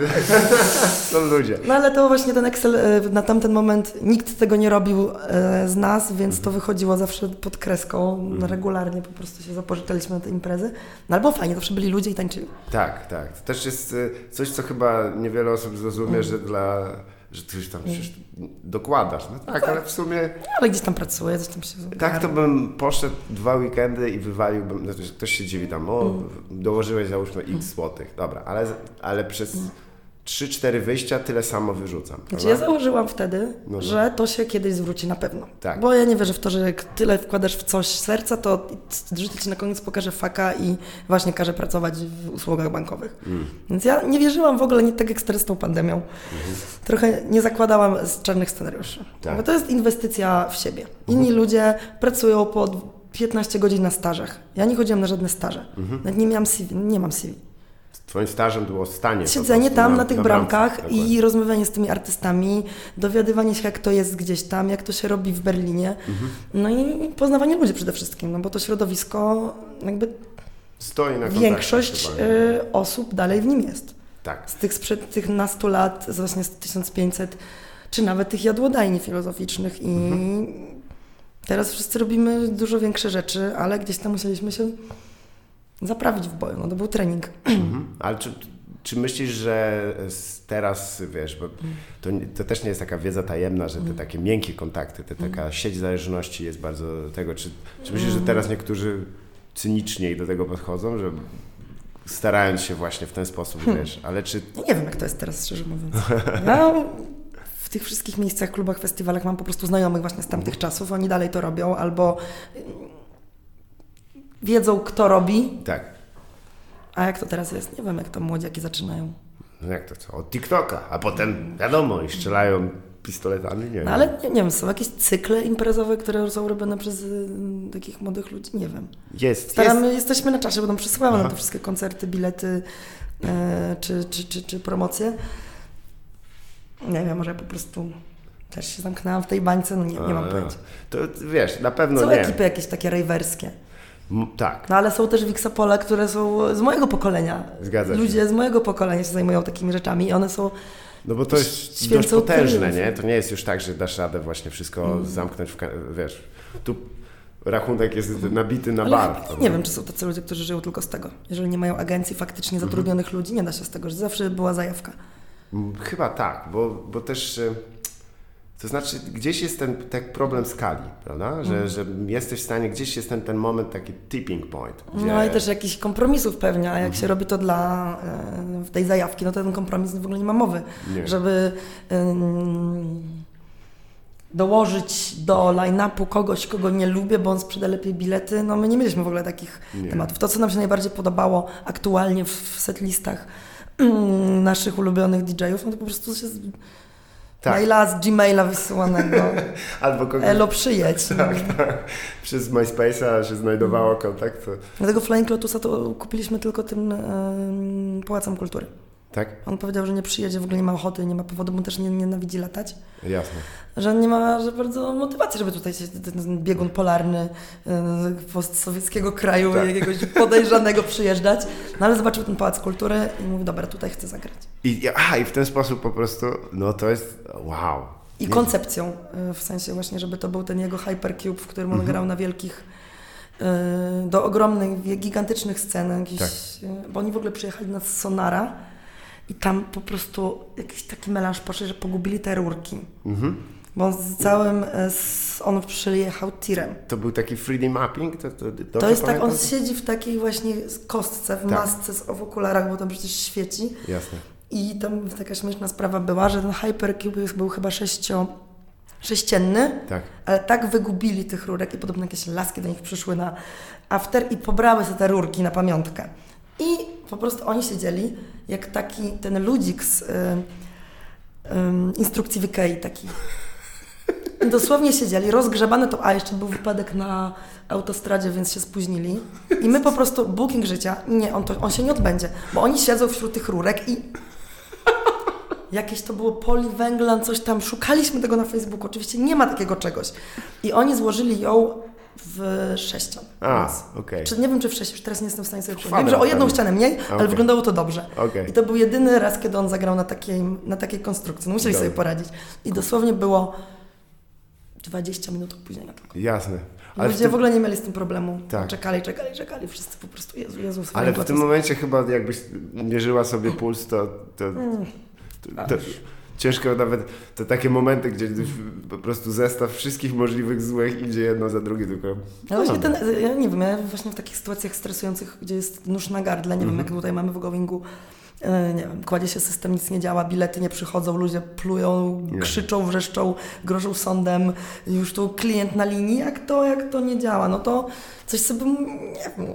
Są ludzie. No ale to właśnie ten Excel na tamten moment, nikt tego nie robił z nas, więc mm. to wychodziło zawsze pod kreską. Mm. Regularnie po prostu się zapożyczaliśmy na te imprezy. No albo fajnie, zawsze byli ludzie i tańczyli. Tak, tak. To też jest coś, co chyba niewiele osób zrozumie, mm. że dla... że coś tam przecież dokładasz. No tak, no tak, ale w sumie... Ale gdzieś tam pracuję, coś tam się... Tak, to bym poszedł dwa weekendy i wywaliłbym... Znaczy, ktoś się dziwi tam, o, mm. dołożyłeś załóżmy x złotych. Dobra, ale, ale przez mm. trzy cztery wyjścia tyle samo wyrzucam. Znaczy, ja założyłam wtedy, no, że to się kiedyś zwróci na pewno. Tak. Bo ja nie wierzę w to, że jak tyle wkładasz w coś serca, to życie ci na koniec pokaże faka i właśnie każe pracować w usługach bankowych. Mm. Więc ja nie wierzyłam w ogóle, nie tak jak z tą pandemią. Mm. Trochę nie zakładałam z czarnych scenariuszy. Tak. Bo to jest inwestycja w siebie. Inni mm. ludzie pracują po piętnaście godzin na stażach. Ja nie chodziłam na żadne staże. Mm. Nawet nie miałam C V, nie mam C V. Twoim stażem było stanie. Siedzenie tam na, na tych na bramkach bramce, i rozmawianie z tymi artystami, dowiadywanie się, jak to jest gdzieś tam, jak to się robi w Berlinie. Mhm. No i poznawanie ludzi przede wszystkim, no bo to środowisko jakby stoi na większość y, osób dalej w nim jest. Tak. Z tych sprzed tych nastu lat, z właśnie z tysiąc pięćset, czy nawet tych jadłodajni filozoficznych i mhm. teraz wszyscy robimy dużo większe rzeczy, ale gdzieś tam musieliśmy się zaprawić w boju, no to był trening. Mhm. Ale czy, czy myślisz, że teraz, wiesz, bo to, to też nie jest taka wiedza tajemna, że te takie miękkie kontakty, te taka sieć zależności jest bardzo tego, czy, czy myślisz, że teraz niektórzy cyniczniej do tego podchodzą, że starając się właśnie w ten sposób, hmm. wiesz, ale czy... Nie wiem, jak to jest teraz, szczerze mówiąc. Ja w tych wszystkich miejscach, klubach, festiwalach mam po prostu znajomych właśnie z tamtych czasów, oni dalej to robią, albo wiedzą, kto robi. Tak. A jak to teraz jest? Nie wiem, jak to młodziaki zaczynają. No jak to co? Od TikToka, a potem wiadomo i strzelają pistoletami, nie wiem. No ale nie, nie wiem, są jakieś cykle imprezowe, które są robione przez y, takich młodych ludzi? Nie wiem. Jest. Staramy, jest. Jesteśmy na czasie, bo nam przesyłają na te wszystkie koncerty, bilety y, czy, czy, czy, czy promocje. Nie wiem, może ja po prostu też się zamknęłam w tej bańce, no nie, nie mam pojęcia. To wiesz, na pewno są nie. Są ekipy jakieś takie rejwerskie. M- tak. No ale są też Wixapole, które są z mojego pokolenia. Zgadza się. Ludzie z mojego pokolenia się zajmują takimi rzeczami i one są... No bo to jest dość potężne, nie? To nie jest już tak, że dasz radę właśnie wszystko mm. zamknąć w... Wiesz, tu rachunek jest mm. nabity na ale bar. Nie, nie wiem, czy są tacy ludzie, którzy żyją tylko z tego. Jeżeli nie mają agencji faktycznie zatrudnionych mm. ludzi, nie da się z tego, że zawsze była zajawka. Chyba tak, bo, bo też... To znaczy, gdzieś jest ten tak problem skali, prawda? Że, mm. że jesteś w stanie, gdzieś jest ten, ten moment, taki tipping point. Gdzie... No i też jakichś kompromisów pewnie, a jak mm-hmm. się robi to dla w tej zajawki, no to ten kompromis w ogóle nie ma mowy. Nie. Żeby um, dołożyć do line-upu kogoś, kogo nie lubię, bo on sprzeda lepiej bilety, no my nie mieliśmy w ogóle takich nie. tematów. To, co nam się najbardziej podobało aktualnie w setlistach um, naszych ulubionych D J ów, no to po prostu się... Tak. Maila z Gmaila wysyłanego. Albo kogoś... Elo, przyjedź. Tak, tak. Przez MySpace'a się znajdowało kontakt. To... Dlatego Flying Lotusa to kupiliśmy tylko tym um, Pałacem Kultury. Tak? On powiedział, że nie przyjedzie, w ogóle nie ma ochoty, nie ma powodu, bo też nie, nienawidzi latać. Jasne. Że nie ma że bardzo motywacji, żeby tutaj się ten biegun polarny y, postsowieckiego kraju, tak. jakiegoś podejrzanego przyjeżdżać. No ale zobaczył ten Pałac Kultury i mówi, dobra, tutaj chcę zagrać. I, aha, i w ten sposób po prostu, no to jest wow. I nie. koncepcją, y, w sensie właśnie, żeby to był ten jego Hypercube, w którym on mhm. grał na wielkich, y, do ogromnych, gigantycznych scen, jakiś, tak. y, bo oni w ogóle przyjechali na Sonara. I tam po prostu jakiś taki melanż poszedł, że pogubili te rurki. Mhm. Bo z całym, z, on przyjechał tirem. To był taki trzy D mapping? To, to, to jest tak, on siedzi w takiej właśnie kostce, w tak. masce, w okularach, bo tam przecież świeci. Jasne. I tam taka śmieszna sprawa była, że ten Hypercube był chyba sześcio, sześcienny, tak. ale tak wygubili tych rurek i podobno jakieś laski do nich przyszły na after i pobrały sobie te rurki na pamiątkę. I po prostu oni siedzieli jak taki ten ludzik z y, y, instrukcji w Ikei taki. I dosłownie siedzieli, rozgrzebane to, a jeszcze był wypadek na autostradzie, więc się spóźnili. I my po prostu, booking życia, nie, on, to, on się nie odbędzie, bo oni siedzą wśród tych rurek i jakieś to było poliwęglan, coś tam, szukaliśmy tego na Facebooku, oczywiście nie ma takiego czegoś. I oni złożyli ją w sześcian. A, okej. Okay. Czy nie wiem, czy w sześciu, już teraz nie jestem w stanie sobie przypomnieć. Wiem, że o jedną ścianę mniej, ale okay. wyglądało to dobrze. Okay. I to był jedyny raz, kiedy on zagrał na takiej, na takiej konstrukcji. No, musieli Dobry. sobie poradzić. I dosłownie było dwadzieścia minut opóźnienia. Jasne. Ale ludzie w, tym... w ogóle nie mieli z tym problemu. Tak. Czekali, czekali, czekali. Wszyscy po prostu, Jezu, Jezu. Ale w tym momencie chyba jakbyś mierzyła sobie puls, to... to, mm. to, to, to ciężko nawet, to takie momenty, gdzie po prostu zestaw wszystkich możliwych złych idzie jedno za drugie, tylko... No właśnie ten, ja nie wiem, ja właśnie w takich sytuacjach stresujących, gdzie jest nóż na gardle, nie mm-hmm. wiem, jak tutaj mamy w Goingu, nie wiem, kładzie się system, nic nie działa, bilety nie przychodzą, ludzie plują, nie. krzyczą, wrzeszczą, grożą sądem, już tu klient na linii, jak to, jak to nie działa, no to coś sobie, nie wiem,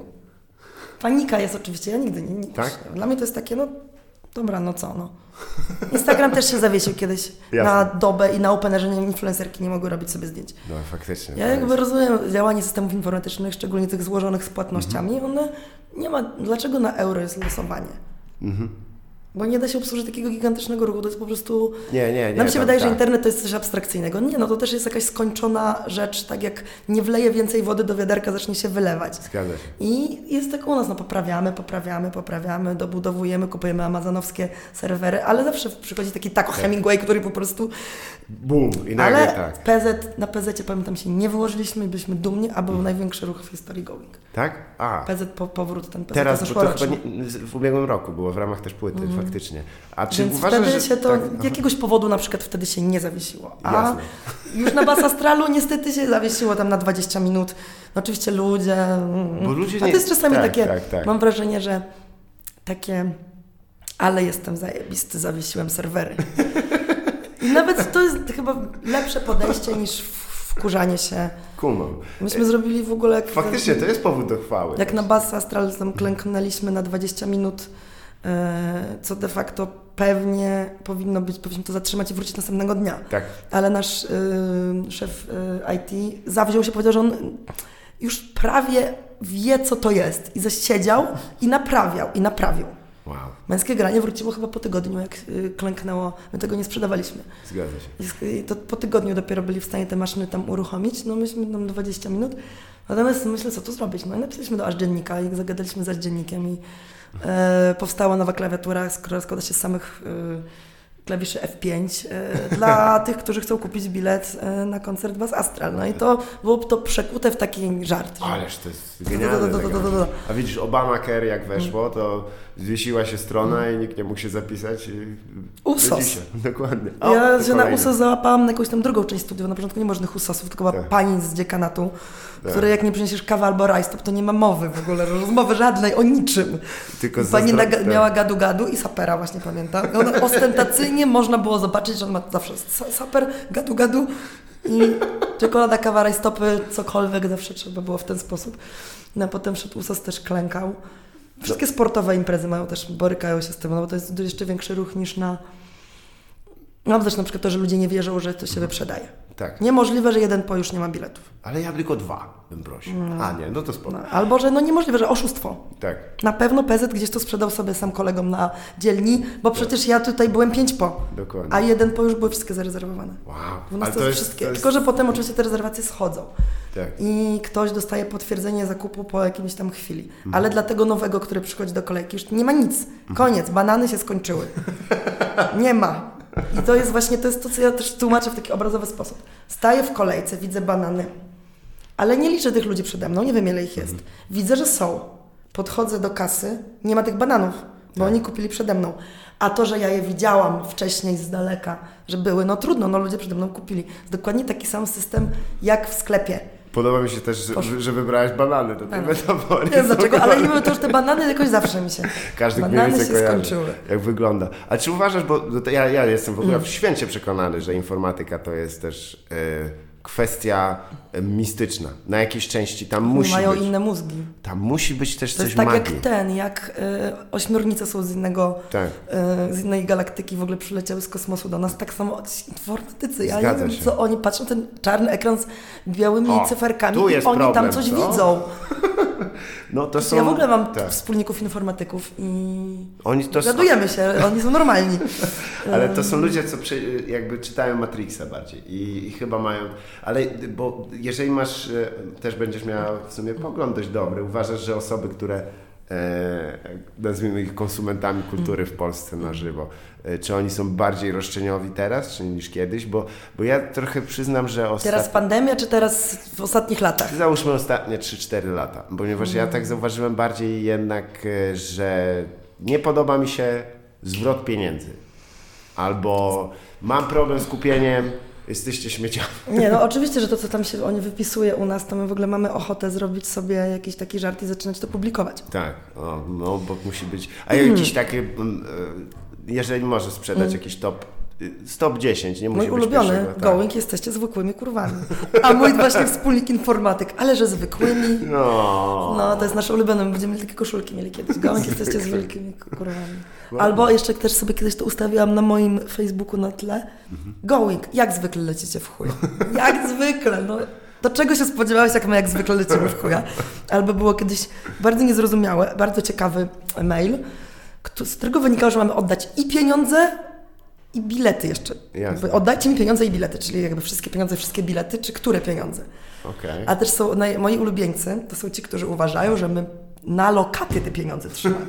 panika jest oczywiście, ja nigdy nie, nie tak? Dla mnie to jest takie, no dobra, no co, no. Instagram też się zawiesił kiedyś Jasne. na dobę i na openerze influencerki nie mogły robić sobie zdjęć. No faktycznie. Ja jakby rozumiem działanie systemów informatycznych, szczególnie tych złożonych z płatnościami, mm-hmm. one nie ma, dlaczego na euro jest losowanie? Mhm. Bo nie da się obsłużyć takiego gigantycznego ruchu, to jest po prostu... Nie, nie, nie. Nam się tak, wydaje, tak. że internet to jest coś abstrakcyjnego. Nie, no to też jest jakaś skończona rzecz, tak jak nie wleje więcej wody do wiaderka, zacznie się wylewać. Zgadza się. I jest tak u nas, no poprawiamy, poprawiamy, poprawiamy, dobudowujemy, kupujemy amazonowskie serwery, ale zawsze przychodzi taki Taco tak. Hemingway, który po prostu... Bum! I nagle ale tak. P Z, na P Z-cie pamiętam się nie wyłożyliśmy i byliśmy dumni, a był największy ruch w historii Going. Tak? A. P Z, po, powrót ten P Z teraz, bo to chyba nie, w ubiegłym roku było, w ramach też płyty, mm. faktycznie. A czy Więc uważasz, wtedy że... się to, tak, z jakiegoś powodu na przykład wtedy się nie zawiesiło. A Jasne. już na Bas Astralu niestety się zawiesiło tam na dwadzieścia minut. No oczywiście ludzie... Bo ludzie nie... A to jest czasami tak, takie, tak, tak. mam wrażenie, że takie, ale jestem zajebisty, zawiesiłem serwery. I nawet to jest chyba lepsze podejście niż wkurzanie się. Kumam. Myśmy zrobili w ogóle... Jak, faktycznie, to jest powód do chwały. Jak na Bas Astral tam klęknęliśmy na dwadzieścia minut, co de facto pewnie powinno być, powinniśmy to zatrzymać i wrócić następnego dnia. Tak. Ale nasz y, szef y, I T zawziął się, powiedział, że on już prawie wie, co to jest. I zasiedział i naprawiał, i naprawił. Wow. Męskie granie wróciło chyba po tygodniu, jak y, klęknęło. My tego nie sprzedawaliśmy. Zgadza się. I to po tygodniu dopiero byli w stanie te maszyny tam uruchomić. No myśmy tam dwadzieścia minut. Natomiast myślę, co tu zrobić. No i napisaliśmy do aż dziennika i zagadaliśmy z aż dziennikiem i e, powstała nowa klawiatura, która składa się z samych e, klawiszy F pięć e, dla tych, którzy chcą kupić bilet e, na koncert Bas Astral. No i to było to przekute w taki żart. Że... Ależ to jest genialne. Do, do, do, do, do. A widzisz, Obamacare jak weszło, to zwiesiła się strona i nikt nie mógł się zapisać. I... U S O S. Dokładnie. O, ja się na U S O S załapałam na jakąś tam drugą część studiów. Na początku nie ma żadnych U S O S-ów, tylko była tak. pani z dziekanatu, tak. której jak nie przyniesiesz kawę albo rajstop, to nie ma mowy w ogóle, rozmowy żadnej o niczym. Tylko pani zazdro... naga- miała gadu-gadu i sapera właśnie pamiętam. I ona ostentacyjnie można było zobaczyć, że on ma zawsze saper, gadu-gadu i czekolada, kawa, rajstopy, cokolwiek, zawsze trzeba było w ten sposób. No a potem wszedł U S O S, też klękał. Wszystkie sportowe imprezy mają też, borykają się z tym, no bo to jest jeszcze większy ruch niż na... No też na przykład to, że ludzie nie wierzą, że to się wyprzedaje. Tak. Niemożliwe, że jeden po już nie ma biletów. Ale ja tylko dwa bym prosił. No. A nie, no to spoko. No, albo, że no niemożliwe, że oszustwo. Tak. Na pewno P Z gdzieś to sprzedał sobie sam kolegom na dzielni, bo tak. przecież ja tutaj byłem pięć po. Dokładnie. A jeden po już były wszystkie zarezerwowane. Wow. U nas Ale to, to jest jest wszystkie. to jest... Tylko, że potem oczywiście te rezerwacje schodzą. Tak. I ktoś dostaje potwierdzenie zakupu po jakimś tam chwili. Mhm. Ale dla tego nowego, który przychodzi do kolejki, już nie ma nic. Koniec. Banany się skończyły. Nie ma. I to jest właśnie to, jest to, co ja też tłumaczę w taki obrazowy sposób. Staję w kolejce, widzę banany, ale nie liczę tych ludzi przede mną, nie wiem ile ich jest. Widzę, że są. Podchodzę do kasy, nie ma tych bananów. bo oni kupili przede mną. A to, że ja je widziałam wcześniej z daleka, że były, no trudno, no ludzie przede mną kupili. Jest dokładnie taki sam system jak w sklepie. Podoba mi się też, że, że wybrałaś banany do tej metafory. Nie wiem dlaczego, ale mimo to, że te banany jakoś zawsze mi się... Każdy banany się kojarzy, skończyły. Jak wygląda. A czy uważasz, bo ja, ja jestem w ogóle mm. święcie przekonany, że informatyka to jest też y, kwestia mistyczna. Na jakiejś części tam musi Mają być. inne mózgi. Tam musi być też to coś jest tak magii. jak ten, jak y, ośmiornice są z innego, tak. y, z innej galaktyki, w ogóle przyleciały z kosmosu do nas, tak samo informatycy. Ja Zgadza nie wiem, się. co oni patrzą, ten czarny ekran z białymi o, cyferkami tu i jest oni problem, tam coś co? widzą. No to są... Ja w ogóle mam tak. wspólników informatyków i oni to zgadujemy się, oni są normalni. Ale to są ludzie, co przy, jakby czytają Matrixa bardziej i, i chyba mają, ale bo jeżeli masz, też będziesz miała w sumie pogląd dość dobry, uważasz, że osoby, które e, nazwijmy ich konsumentami kultury w Polsce na żywo, e, czy oni są bardziej roszczeniowi teraz, czy niż kiedyś, bo, bo ja trochę przyznam, że ostatnio... Teraz pandemia, czy teraz w ostatnich latach? Załóżmy ostatnie trzy cztery lata, ponieważ mm. ja tak zauważyłem bardziej jednak, że nie podoba mi się zwrot pieniędzy. Albo mam problem z kupieniem, jesteście śmieciami. Nie, no oczywiście, że to, co tam się oni wypisuje u nas, to my w ogóle mamy ochotę zrobić sobie jakiś taki żart i zaczynać to publikować. Tak, o, no bo musi być. A jakiś taki, jeżeli możesz sprzedać mm. jakiś top, top dziesięć, nie musi mój być ulubiony pierwszego, tak. Going, jesteście zwykłymi kurwami. A mój właśnie wspólnik informatyk, ale że zwykłymi. No, no to jest nasz ulubiony, będziemy mieli takie koszulki mieli kiedyś. Going, jesteście zwykłymi kurwami. Albo jeszcze też sobie kiedyś to ustawiłam na moim Facebooku na tle. Mhm. Going, jak zwykle lecicie w chuj. Jak zwykle, no. Do czego się spodziewałeś, jak my jak zwykle lecimy w chuja? Albo było kiedyś bardzo niezrozumiałe, bardzo ciekawy mail, z którego wynikało, że mamy oddać i pieniądze, i bilety jeszcze. Jakby oddajcie mi pieniądze i bilety, czyli jakby wszystkie pieniądze, wszystkie bilety, czy które pieniądze. Okay. A też są naj, moi ulubieńcy, to są ci, którzy uważają, że my na lokaty te pieniądze trzymamy.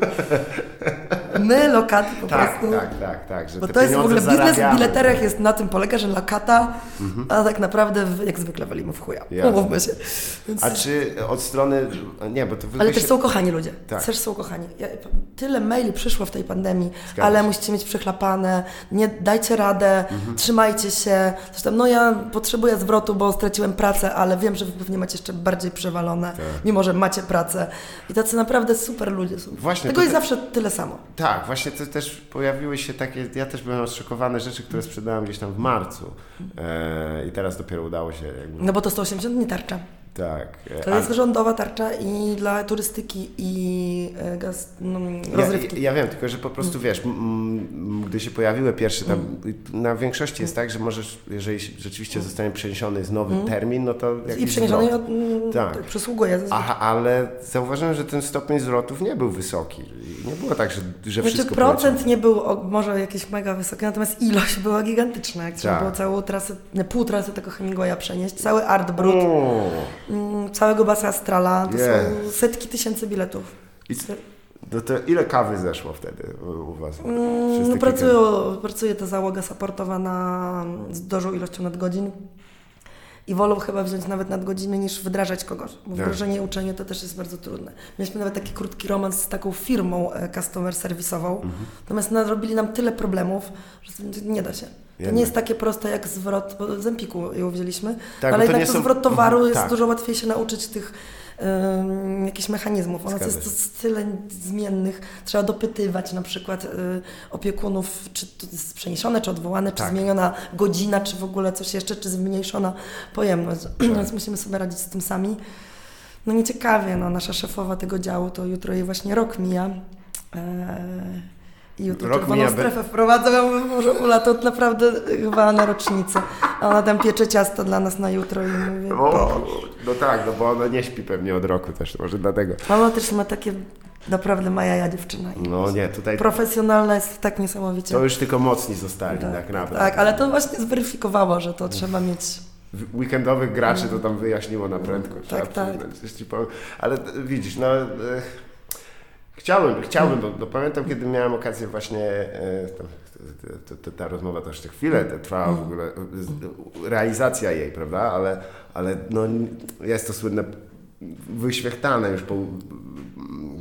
My lokaty po tak, prostu... Tak, tak, tak. Że bo te to jest w ogóle biznes zarabiamy. w bileterach jest na tym polega, że lokata, mhm. a tak naprawdę jak zwykle walimy w chuja. Umówmy się. Więc... A czy od strony... Nie, bo to... Ale się... też są kochani ludzie. Tak. Też są kochani. Ja, tyle maili przyszło w tej pandemii, Zgadza ale się. musicie mieć przechlapane, nie dajcie radę, mhm. trzymajcie się. Zresztą, no ja potrzebuję zwrotu, bo straciłem pracę, ale wiem, że wy pewnie macie jeszcze bardziej przewalone, tak. mimo że macie pracę. I tacy naprawdę super ludzie są. Właśnie, Tego jest te... zawsze tyle samo. Tak, właśnie to też pojawiły się takie, ja też byłem zszokowany rzeczy, które sprzedałem gdzieś tam w marcu e, i teraz dopiero udało się... Jakby... No bo to sto osiemdziesiąt dni tarcza. Tak. To a... jest rządowa tarcza i dla turystyki i e, gaz, no, rozrywki. Ja, ja wiem, tylko że po prostu wiesz, m, m, gdy się pojawiły pierwsze tam, mm. na większości jest tak, że możesz, jeżeli rzeczywiście zostanie przeniesiony jest nowy mm. termin, no to jakiś I przeniesiony zwrot. Od, tak. tak przysługuje. Aha, ale zauważyłem, że ten stopień zwrotów nie był wysoki. Nie było tak, że, że znaczy, wszystko procent poleciło. nie był o, może jakiś mega wysoki, natomiast ilość była gigantyczna. Jak trzeba tak. było całą trasę, nie, pół trasy tego Hemingwaya przenieść, cały Art Brut, mm, całego Basa Astrala, to yeah. są setki tysięcy biletów. I no to ile kawy zeszło wtedy u Was? Mm, no pracują, pracuje ta załoga supportowa na, z dużą ilością nadgodzin. I wolą chyba wziąć nawet nadgodziny niż wdrażać kogoś, bo wdrożenie i uczenie to też jest bardzo trudne. Mieliśmy nawet taki krótki romans z taką firmą customer serwisową, mhm. natomiast narobili nam tyle problemów, że nie da się. To Jednak. nie jest takie proste jak zwrot, bo z Empiku ją wzięliśmy, tak, ale jednak to są... zwrot towaru mhm, jest tak. dużo łatwiej się nauczyć tych um, jakichś mechanizmów. U nas jest to tyle zmiennych, trzeba dopytywać na przykład y, opiekunów, czy to jest przeniesione, czy odwołane, tak. czy zmieniona godzina, czy w ogóle coś jeszcze, czy zmniejszona pojemność. Tak. Więc musimy sobie radzić z tym sami. No nieciekawie, no, nasza szefowa tego działu, to jutro jej właśnie rok mija. E, I jutro Rok czerwoną strefę by... wprowadzę, ja mówię, może Ula, to naprawdę chyba na rocznicę. A ona tam piecze ciasto dla nas na jutro i mówię, o, no tak, no bo ona nie śpi pewnie od roku też, może dlatego. Mama też ma takie naprawdę majaja dziewczyna. No nie, tutaj... Profesjonalna jest tak niesamowicie. To już tylko mocni zostali, tak, tak naprawdę. Tak, ale to właśnie zweryfikowało, że to trzeba mieć... Weekendowych graczy to tam wyjaśniło na prędkość. Tak, tak. Ale widzisz, no... Chciałbym, chciałbym, bo, bo pamiętam, kiedy miałem okazję właśnie, e, to, to, to, ta rozmowa to jeszcze chwilę trwała w ogóle, realizacja jej, prawda, ale, ale no, jest to słynne, wyświechtane już po,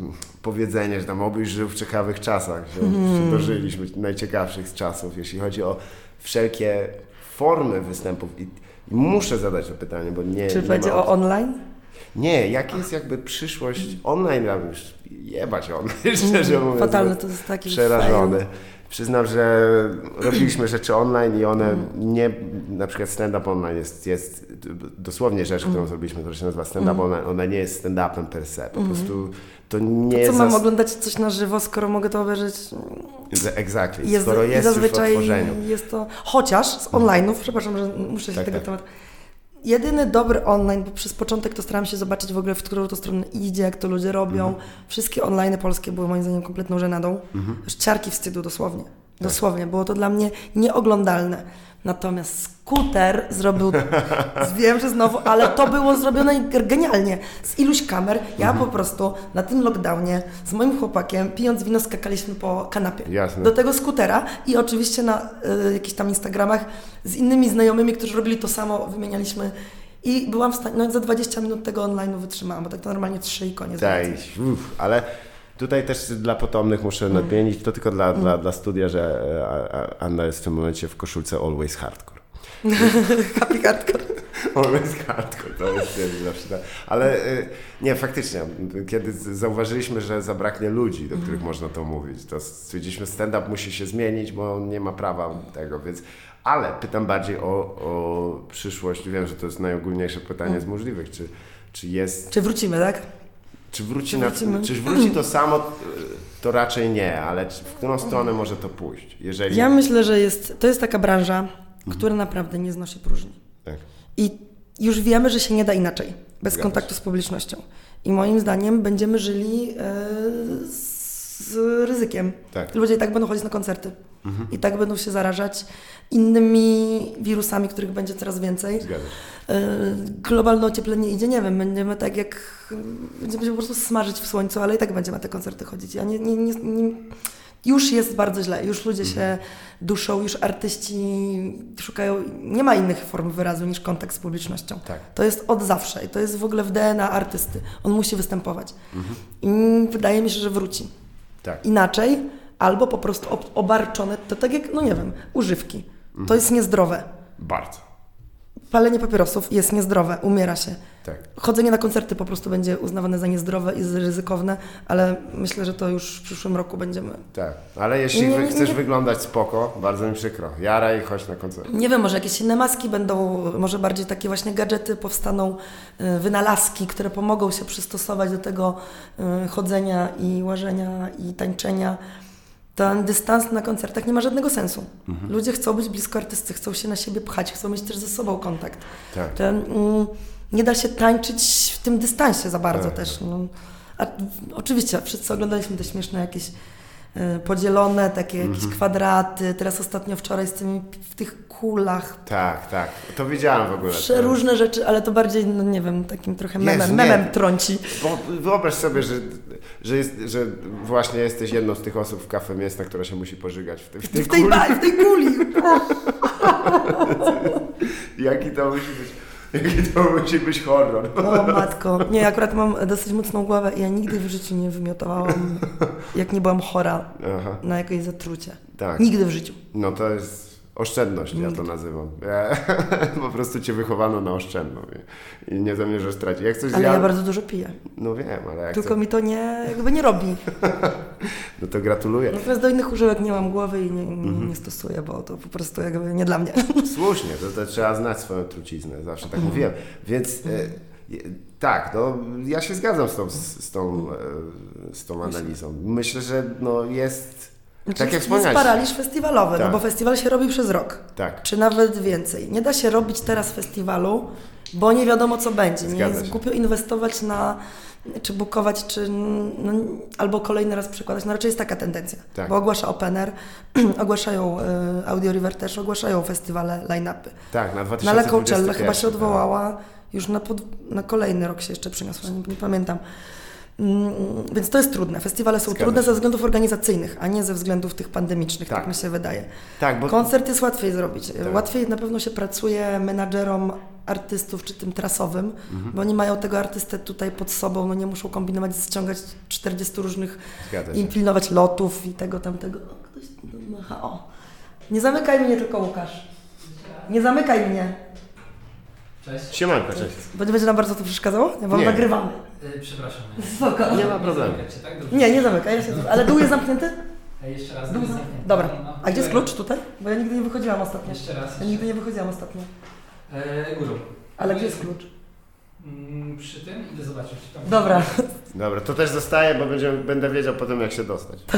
powiedzenie, że tam obyś żył w ciekawych czasach, że mm. dożyliśmy najciekawszych czasów, jeśli chodzi o wszelkie formy występów. I, i muszę zadać to pytanie, bo nie... Czy nie będzie ma... o online? Nie, jak jest jakby przyszłość online, ja bym już jebać online, szczerze mówiąc. Fatalne to jest taki przerażony. fail. Przyznam, że robiliśmy rzeczy online i one nie, na przykład stand-up online jest, jest dosłownie rzecz, którą zrobiliśmy, to się nazywa stand-up online, ona nie jest stand-upem per se, po prostu to nie to co, jest... mam zas... oglądać coś na żywo, skoro mogę to obejrzeć? Exactly, jest, skoro jest już w otworzeniu. Jest to, chociaż z online'ów, przepraszam, że muszę się tak, tego tak. temat... Jedyny dobry online, bo przez początek to starałam się zobaczyć w ogóle, w którą to stronę idzie, jak to ludzie robią. Mhm. Wszystkie online polskie były moim zdaniem kompletną żenadą. Mhm. Już ciarki wstydu dosłownie. Dosłownie. Tak. Było to dla mnie nieoglądalne. Natomiast Skuter zrobił, wiem, że znowu, ale to było zrobione genialnie. Z iluś kamer, ja mhm. po prostu na tym lockdownie z moim chłopakiem, pijąc wino, skakaliśmy po kanapie. Jasne. Do tego Skutera i oczywiście na y, jakichś tam Instagramach z innymi znajomymi, którzy robili to samo, wymienialiśmy. I byłam w stanie, no za dwadzieścia minut tego online'u wytrzymałam, bo tak to normalnie trzy i koniec. Tak, uff, ale tutaj też dla potomnych muszę mm. nadmienić, to tylko dla, mm. dla, dla studia, że Anna jest w tym momencie w koszulce Always Hardcore. Happy Hardcore. Always Hardcore, to jest zawsze tak. Ale nie, faktycznie, kiedy zauważyliśmy, że zabraknie ludzi, do których mm. można to mówić, to stwierdziliśmy, stand-up musi się zmienić, bo nie ma prawa tego, więc... Ale pytam bardziej o, o przyszłość. Wiem, że to jest najogólniejsze pytanie mm. z możliwych. Czy, czy jest... Czy wrócimy, tak? Czy wróci, na, czy wróci to samo? To raczej nie, ale w którą stronę może to pójść? Jeżeli... Ja myślę, że jest, to jest taka branża, mhm. która naprawdę nie znosi próżni. Tak. I już wiemy, że się nie da inaczej, bez Zgadza kontaktu się. z publicznością. I moim zdaniem będziemy żyli e, z ryzykiem. Tak. Ludzie i tak będą chodzić na koncerty. Mhm. I tak będą się zarażać innymi wirusami, których będzie coraz więcej. Zgadza się. Globalne ocieplenie idzie, nie wiem, będziemy tak jak... Będziemy się po prostu smażyć w słońcu, ale i tak będziemy na te koncerty chodzić. Ja nie, nie, nie, nie, już jest bardzo źle, już ludzie mhm. się duszą, już artyści szukają... Nie ma innych form wyrazu niż kontakt z publicznością. Tak. To jest od zawsze i to jest w ogóle w D N A artysty. On musi występować. Mhm. I wydaje mi się, że wróci. Tak. Inaczej... Albo po prostu obarczone, to tak jak, no nie wiem, używki. Mhm. To jest niezdrowe. Bardzo. Palenie papierosów jest niezdrowe, umiera się. Tak. Chodzenie na koncerty po prostu będzie uznawane za niezdrowe i ryzykowne, ale myślę, że to już w przyszłym roku będziemy... Tak, ale jeśli nie, nie, chcesz nie. wyglądać spoko, bardzo mi przykro. Jaraj, chodź na koncert. Nie wiem, może jakieś inne maski będą, może bardziej takie właśnie gadżety powstaną, wynalazki, które pomogą się przystosować do tego chodzenia i łażenia i tańczenia. Ten dystans na koncertach nie ma żadnego sensu. Mhm. Ludzie chcą być blisko artysty, chcą się na siebie pchać, chcą mieć też ze sobą kontakt. Tak. Ten, mm, nie da się tańczyć w tym dystansie za bardzo tak, też. No. A, oczywiście wszyscy oglądaliśmy te śmieszne jakieś y, podzielone, takie mhm. jakieś kwadraty. Teraz ostatnio wczoraj z tymi w tych kulach. Tak, tak. To widziałam w ogóle. Przeróżne to... rzeczy, ale to bardziej, no nie wiem, takim trochę memem, Jezu, memem trąci. Bo wyobraź sobie, że Że, jest, że właśnie jesteś jedną z tych osób w Cafe Mięsna, która się musi pożygać w tej, w tej w tej kuli. W tej kuli! Jaki to musi być, jaki to musi być horror. O matko. Nie, akurat mam dosyć mocną głowę i ja nigdy w życiu nie wymiotowałam, jak nie byłam chora Aha. na jakieś zatrucie. Tak. Nigdy w życiu. No to jest... Oszczędność, ja to nazywam. Ja, po prostu cię wychowano na oszczędną i, i nie zamierzasz tracić. Jak coś ale zjad... ja bardzo dużo piję. No wiem, ale jak Tylko co... mi to nie, jakby nie robi. No to gratuluję. Natomiast do innych użyłek nie mam głowy i nie, nie, mm-hmm. nie stosuję, bo to po prostu jakby nie dla mnie. Słusznie, to, to trzeba znać swoją truciznę, zawsze tak mm-hmm. mówiłem. Więc e, tak, no ja się zgadzam z tą, z, z tą, e, z tą analizą. Myślę, że no jest... Znaczy, tak jak jest paraliż festiwalowy, tak. no bo festiwal się robi przez rok, tak. czy nawet więcej. Nie da się robić teraz festiwalu, bo nie wiadomo co będzie. Nie jest głupio inwestować na, czy bukować, czy no, albo kolejny raz przekładać. No raczej jest taka tendencja, tak. bo ogłasza Open Air, ogłaszają y, Audio River też, ogłaszają festiwale, line-upy. Tak, na dwa tysiące dwudziesty pierwszy. Na La Coachella chyba się tak. odwołała, już na, pod, na kolejny rok się jeszcze przeniosła, nie, nie pamiętam. Mm, więc to jest trudne. Festiwale są Zgadza trudne się. ze względów organizacyjnych, a nie ze względów tych pandemicznych, tak, tak mi się wydaje. Tak, bo... Koncert jest łatwiej zrobić. Tak. Łatwiej na pewno się pracuje menadżerom artystów, czy tym trasowym, mhm. bo oni mają tego artystę tutaj pod sobą, no nie muszą kombinować, ściągać czterdziestu różnych i pilnować lotów i tego, tamtego. O, ktoś macha, o. Nie zamykaj mnie tylko, Łukasz. Nie zamykaj mnie. Cześć. Siemanko, cześć. Bo nie będzie nam bardzo to przeszkadzało? Ja wam nie. nagrywamy. Yy, przepraszam. Spoko. Nie ma problemu. Nie, nie zamykaj. Ja się... Ale dół jest zamknięty? Ej, jeszcze raz. Dół jest zamknięty. Dobra. A gdzie jest klucz? Tutaj? Bo ja nigdy nie wychodziłam ostatnio. Jeszcze raz. Ja nigdy nie wychodziłam ostatnio. Eee, górą. Ale gdzie jest klucz? Mm, przy tym idę zobaczyć. Tam Dobra. Dobra, to też zostaje, bo będzie, będę wiedział potem, jak się dostać. Tak.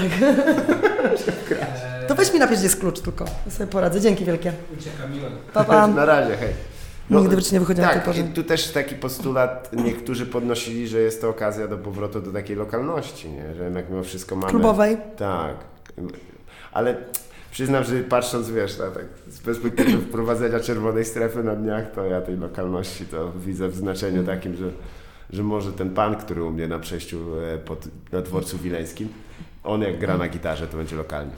Eee, To weź mi napisz, gdzie jest klucz tylko. Ja sobie poradzę. Dzięki wielkie. Ucieka miłego. Pa, pa. Na razie, hej. No, nigdy by nie wychodziłam tak, w tej porze. i tu też taki postulat, niektórzy podnosili, że jest to okazja do powrotu do takiej lokalności, nie? Że jednak mimo wszystko mamy... Klubowej. Tak, ale przyznam, że patrząc, wiesz, na, tak, z perspektywy wprowadzenia czerwonej strefy na dniach, to ja tej lokalności to widzę w znaczeniu takim, że, że może ten pan, który u mnie na przejściu pod, na dworcu wileńskim, on jak gra na gitarze, to będzie lokalnie.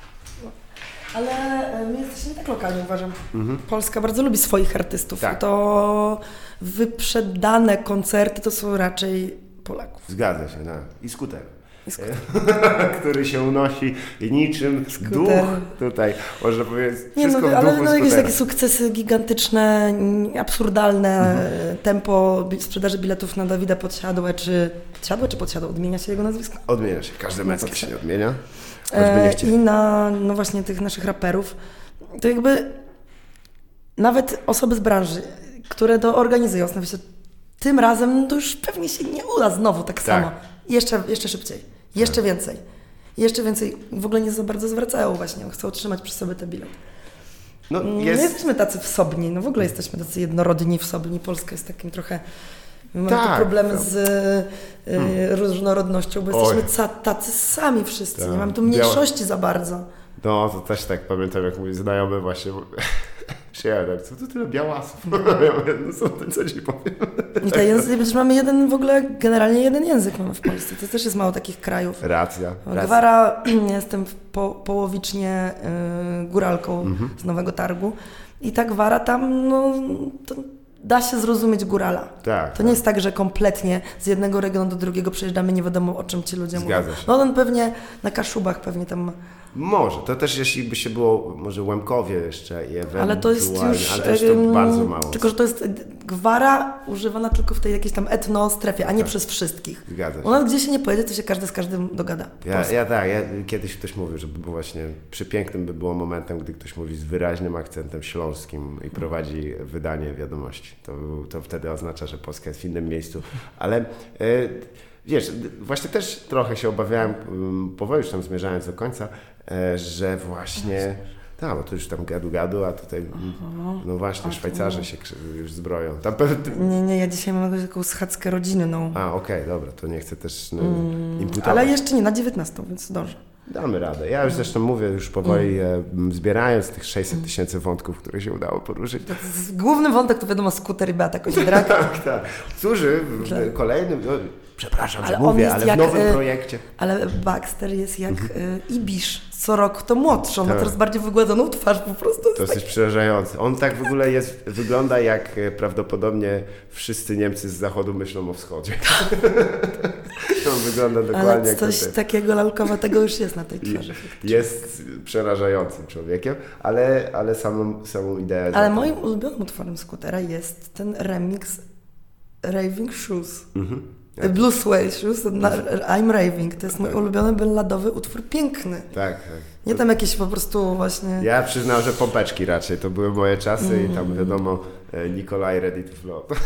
Ale my jesteśmy tak lokalni, uważam. Mhm. Polska bardzo lubi swoich artystów. Tak. To wyprzedane koncerty to są raczej Polaków. Zgadza się, tak. I skuter. I skuter. który się unosi niczym Skuter. duch tutaj, można powiedzieć, Nie, wszystko no, w ale duchu no, jakieś skutera. takie sukcesy gigantyczne, absurdalne, Mhm. tempo bi- sprzedaży biletów na Dawida Podsiadłe, czy Podsiadłe, czy Podsiadłe? Odmienia się jego nazwisko? Odmienia się, każde No, męskie to się co? nie odmienia, choćby nie E, chcieli. I na no właśnie tych naszych raperów, to jakby nawet osoby z branży, które to organizują, zastanawiam się, tym razem to już pewnie się nie uda znowu tak, Tak. samo. Jeszcze, jeszcze szybciej, jeszcze Tak. więcej. Jeszcze więcej. W ogóle nie za bardzo zwracają właśnie, chcą trzymać przy sobie te bilety. No, Nie jest, jesteśmy tacy wsobni, no w ogóle jesteśmy tacy jednorodni, wsobni. Polska jest takim trochę... My mamy Tak, tu problemy tak. z y, Hmm. różnorodnością, bo Oj. jesteśmy ca- tacy sami wszyscy, Tak. nie mamy tu mniejszości za bardzo. no to też tak pamiętam, jak mój znajomy właśnie przyjechał, tak, co tu tyle białasów? Ja mówię, no co ty, co ci powiem? I ten język, przecież mamy jeden w ogóle, generalnie jeden język mamy w Polsce, to też jest mało takich krajów. Racja, racja. Gwara, jestem po, połowicznie y, góralką Mhm. z Nowego Targu i ta gwara tam, no, to da się zrozumieć górala. Tak, To nie jest tak, że kompletnie z jednego regionu do drugiego przejeżdżamy, nie wiadomo o czym ci ludzie Zgadza mówią. się. No on pewnie na Kaszubach pewnie tam, Może, to też jeśli by się było, może Łemkowie jeszcze i ewentualnie, ale to jest już, ale też to ym, bardzo mało. tylko że to jest gwara używana tylko w tej jakiejś tam etno strefie, a nie Tak. przez wszystkich. Zgadza się. U nas gdzie się nie pojedzie, to się każdy z każdym dogada. Po Ja, prostu. ja tak, ja, kiedyś ktoś mówił, że by było właśnie przepięknym by było momentem, gdy ktoś mówi z wyraźnym akcentem śląskim i prowadzi wydanie wiadomości. To, to wtedy oznacza, że Polska jest w innym miejscu. Ale e, wiesz, właśnie też trochę się obawiałem, um, powoli już tam zmierzając do końca, e, że właśnie... Tak, bo to już tam gadu gadu, a tutaj, no właśnie, A, Szwajcarzy to- się krzy- już zbroją. Tam pewnie... Nie, nie, ja dzisiaj mam jakąś taką schadzkę rodzinną. A, okej, dobra, to nie chcę też no, Mm, imputować. ale jeszcze nie, na dziewiętnastą, więc dobrze. Damy radę. Ja już zresztą mówię, już powoli e, m, zbierając tych sześćset tysięcy wątków, które się udało poruszyć. Główny wątek to wiadomo skuter i Beata Koźdraka. Tak, tak. Służy w Tak. w kolejnym, no, przepraszam, Ale że on mówię, jest ale jak, w nowym e, projekcie. Ale Baxter jest jak y, Ibisz. Co rok to młodszy, on ma Tak. teraz bardziej wygładzoną twarz po prostu. To jest jest tak... coś przerażające. On tak w ogóle jest, wygląda jak e, prawdopodobnie wszyscy Niemcy z zachodu myślą o wschodzie. On wygląda dokładnie Ale jak coś ten. takiego lalkowatego już jest na tej I- twarzy. Jest przerażającym człowiekiem, ale, ale samą, samą ideę. za Ale tym- moim ulubionym utworem skutera jest ten remix Raving Shoes. Mhm. Jak- Blue Suede Shoes, na, I'm Raving. To jest mój Tak. ulubiony balladowy utwór, piękny. Tak, tak. Nie tam jakieś po prostu właśnie... Ja przyznam, że pompeczki raczej, to były moje czasy Mm. i tam wiadomo e, Nikolaj Ready to Flow. to,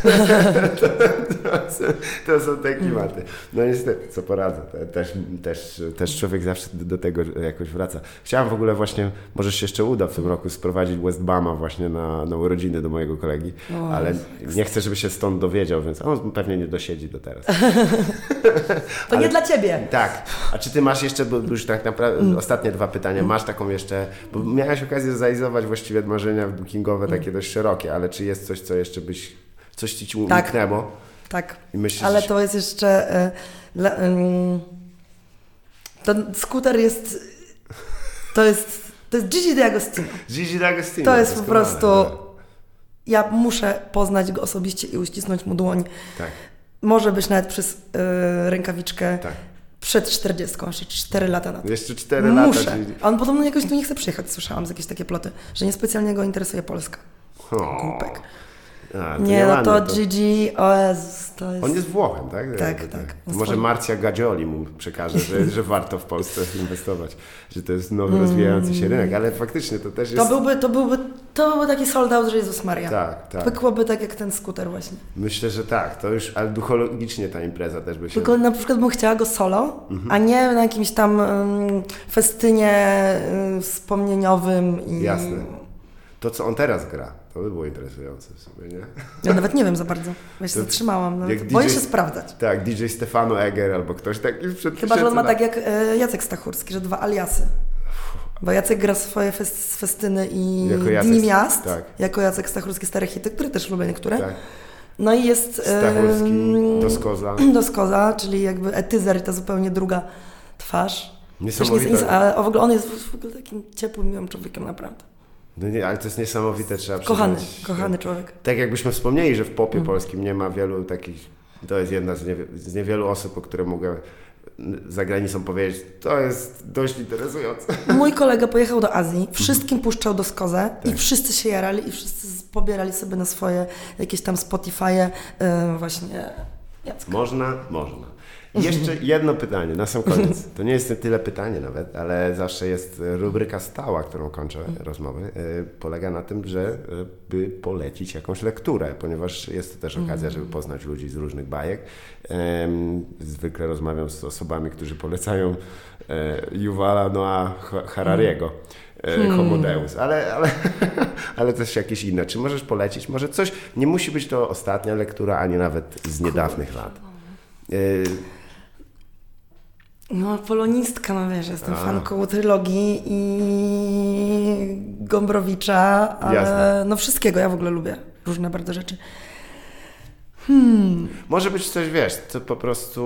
to, są, to są te klimaty. No niestety, co poradzę, te- też, też, też człowiek zawsze do, do tego jakoś wraca. Chciałem w ogóle właśnie, może się jeszcze uda w tym roku sprowadzić Westbama właśnie na, na urodziny do mojego kolegi, O, ale nie chcę, żeby się stąd dowiedział, więc on pewnie nie dosiedzi do teraz. To nie ale- dla ciebie! Tak. A czy ty masz jeszcze, bo już tak naprawdę Mm. ostatnie dwa pytania, masz taką jeszcze, bo miałeś okazję zrealizować właściwie marzenia bookingowe takie dość szerokie, ale czy jest coś, co jeszcze byś, coś ci ci Tak. umknęło? Tak. I myślisz, Ale że- to jest jeszcze... E, le, ym, ten skuter jest... To jest... To jest Gigi D'Agostino. Gigi D'Agostino. To jest po doskonale. prostu... ja muszę poznać go osobiście i uścisnąć mu dłoń. Tak. Może być nawet przez y, rękawiczkę. Tak. Przed czterdziestką, jeszcze cztery lata na to. Jeszcze cztery Muszę. lata. Czyli... A on podobno jakoś tu nie chce przyjechać, słyszałam z jakieś takie ploty, że niespecjalnie go interesuje Polska. O. Głupek. A, to nie, no to to... G G, o Jezus, to jest... On jest Włochem, tak? Tak, to, tak. To może Marcia Gadzioli mu przekaże, że, że warto w Polsce inwestować, że to jest nowy, rozwijający się rynek, ale faktycznie to też jest... To byłby, to byłby, to byłby taki sold out, że Jezus Maria. Tak, tak. Pykłoby tak jak ten skuter właśnie. Myślę, że tak, to już, ale duchologicznie ta impreza też by się... Tylko na przykład bym chciała go solo, mhm. a nie na jakimś tam um, festynie um, wspomnieniowym i... Jasne. To, co on teraz gra, to by było interesujące w sumie, nie? Ja nawet nie wiem za bardzo, bo się to zatrzymałam, nawet boję się sprawdzać. Tak, D J Stefano Eger albo ktoś taki przed Chyba, że on ma tak jak e, Jacek Stachurski, że dwa aliasy. Bo Jacek gra swoje fest, festyny i Dni Miast, tak. jako Jacek Stachurski Stare Hity, które też lubię niektóre. Tak. No i jest... Stachurski, e, Doskoza. Doskoza, czyli jakby Etyzer i ta zupełnie druga twarz. Niesamowite. Jest, a w ogóle on jest w ogóle takim ciepłym, miłym człowiekiem, naprawdę. No nie, ale to jest niesamowite, trzeba Kochany, przyznać. kochany człowiek. Tak jakbyśmy wspomnieli, że w popie mm. polskim nie ma wielu takich, to jest jedna z, niewie, z niewielu osób, o które mogę za granicą powiedzieć, to jest dość interesujące. Mój kolega pojechał do Azji, wszystkim puszczał Doskozę tak. i wszyscy się jarali i wszyscy pobierali sobie na swoje jakieś tam Spotify'e yy, właśnie Jacka. Można? Można. I jeszcze jedno pytanie na sam koniec. To nie jest tyle pytanie nawet, ale zawsze jest rubryka stała, którą kończę rozmowy. Polega na tym, że by polecić jakąś lekturę, ponieważ jest to też okazja, żeby poznać ludzi z różnych bajek. Zwykle rozmawiam z osobami, którzy polecają Yuvala Noah Harariego. Hmm. Homo Deus, ale, ale, ale też jakieś inne. Czy możesz polecić? Może coś, nie musi być to ostatnia lektura, ani nawet z niedawnych lat. No, polonistka, no wiesz, jestem A. fanką trylogii i Gombrowicza, ale Jasne. no wszystkiego, ja w ogóle lubię różne bardzo rzeczy. Hmm. Może być coś, wiesz, co po prostu,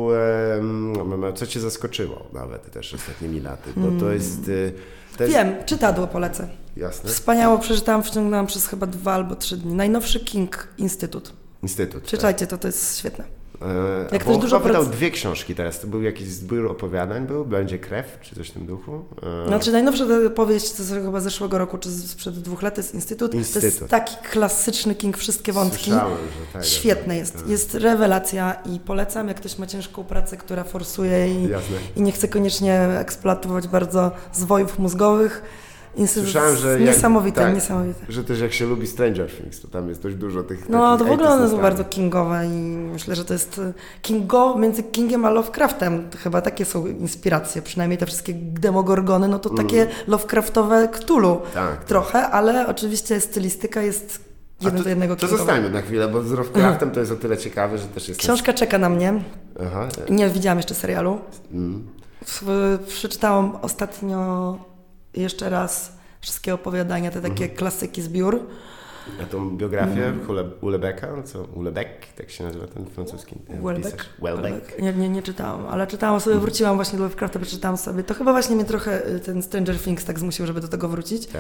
um, co cię zaskoczyło nawet też ostatnimi laty, bo hmm. to jest... To jest... Wiem, czytadło polecę. Jasne. Wspaniało przeczytałam, wciągnęłam przez chyba dwa albo trzy dni. Najnowszy King Instytut. Instytut. Czytajcie tak. to, to jest świetne. Eee, Jak ktoś dużo wydał prac... dwie książki teraz. To był jakiś zbiór opowiadań, był? Będzie krew, czy coś w tym duchu? Eee... Znaczy najnowsza powieść z chyba zeszłego roku, czy sprzed dwóch lat, to jest Instytut. Instytut. To jest taki klasyczny King, wszystkie wątki. Słyszałem, że tak. Świetne jest. Tak. Jest rewelacja i polecam, jak ktoś ma ciężką pracę, która forsuje i, i nie chce koniecznie eksploatować bardzo zwojów mózgowych. Słyszałem, że niesamowite, jak, tak, niesamowite. Że też jak się lubi Stranger Things, to tam jest dość dużo tych... No to w ogóle one są bardzo kingowe i myślę, że to jest kingo, między Kingiem a Lovecraftem. To chyba takie są inspiracje, przynajmniej te wszystkie demogorgony, no to mm. takie Lovecraftowe Cthulhu tak, trochę, tak. ale oczywiście stylistyka jest jedno to, do jednego To zostańmy na chwilę, bo z Lovecraftem to jest o tyle ciekawe, że też jest... Książka czeka na mnie. Aha. Nie widziałam jeszcze serialu. Mm. Przeczytałam ostatnio jeszcze raz wszystkie opowiadania, te takie mm. klasyki zbiór. A tą biografię mm. Ulebeka, no co? Ulebeck, tak się nazywa ten francuski pisarz? Welbeck. Nie, nie, nie czytałam, ale czytałam sobie, wróciłam właśnie do Lovecrafta, przeczytałam sobie. To chyba właśnie mnie trochę ten Stranger Things tak zmusił, żeby do tego wrócić. Tak.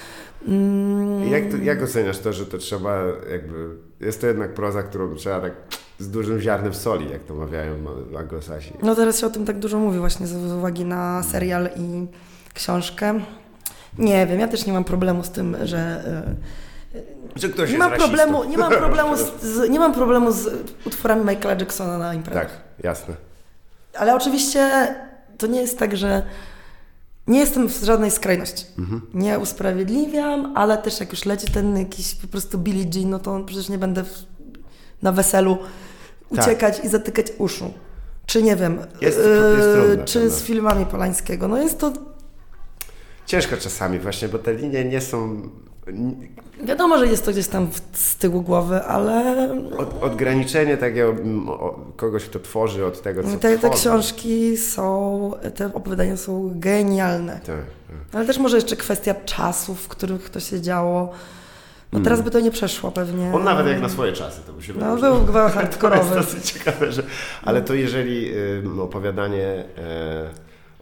Mm. Jak, to, jak oceniasz to, że to trzeba jakby... Jest to jednak proza, którą trzeba tak z dużym ziarnem soli, jak to mawiają anglosasi. No teraz się o tym tak dużo mówi właśnie z uwagi na serial i książkę. Nie wiem, ja też nie mam problemu z tym, że... Że ktoś nie jest mam problemu, nie mam problemu z, z, nie mam problemu z utworami Michaela Jacksona na imprezach. Tak, jasne. Ale oczywiście to nie jest tak, że nie jestem w żadnej skrajności. Mhm. Nie usprawiedliwiam, ale też jak już leci ten jakiś po prostu Billie Jean, no to przecież nie będę w, na weselu uciekać tak. i zatykać uszu. Czy nie wiem, jest, jest trudne, czy z filmami Polańskiego. No jest to... Ciężko czasami właśnie, bo te linie nie są... Wiadomo, że jest to gdzieś tam z tyłu głowy, ale... Od, odgraniczenie takiego kogoś, kto tworzy od tego, co te, tworzy. Te książki są, te opowiadania są genialne. Tak, tak. Ale też może jeszcze kwestia czasów, w których to się działo. No teraz by to nie przeszło pewnie. On nawet jak na swoje czasy to by się No był gwałt hardkorowy. To jest dosyć ciekawe, że... Ale to jeżeli y, opowiadanie... Y,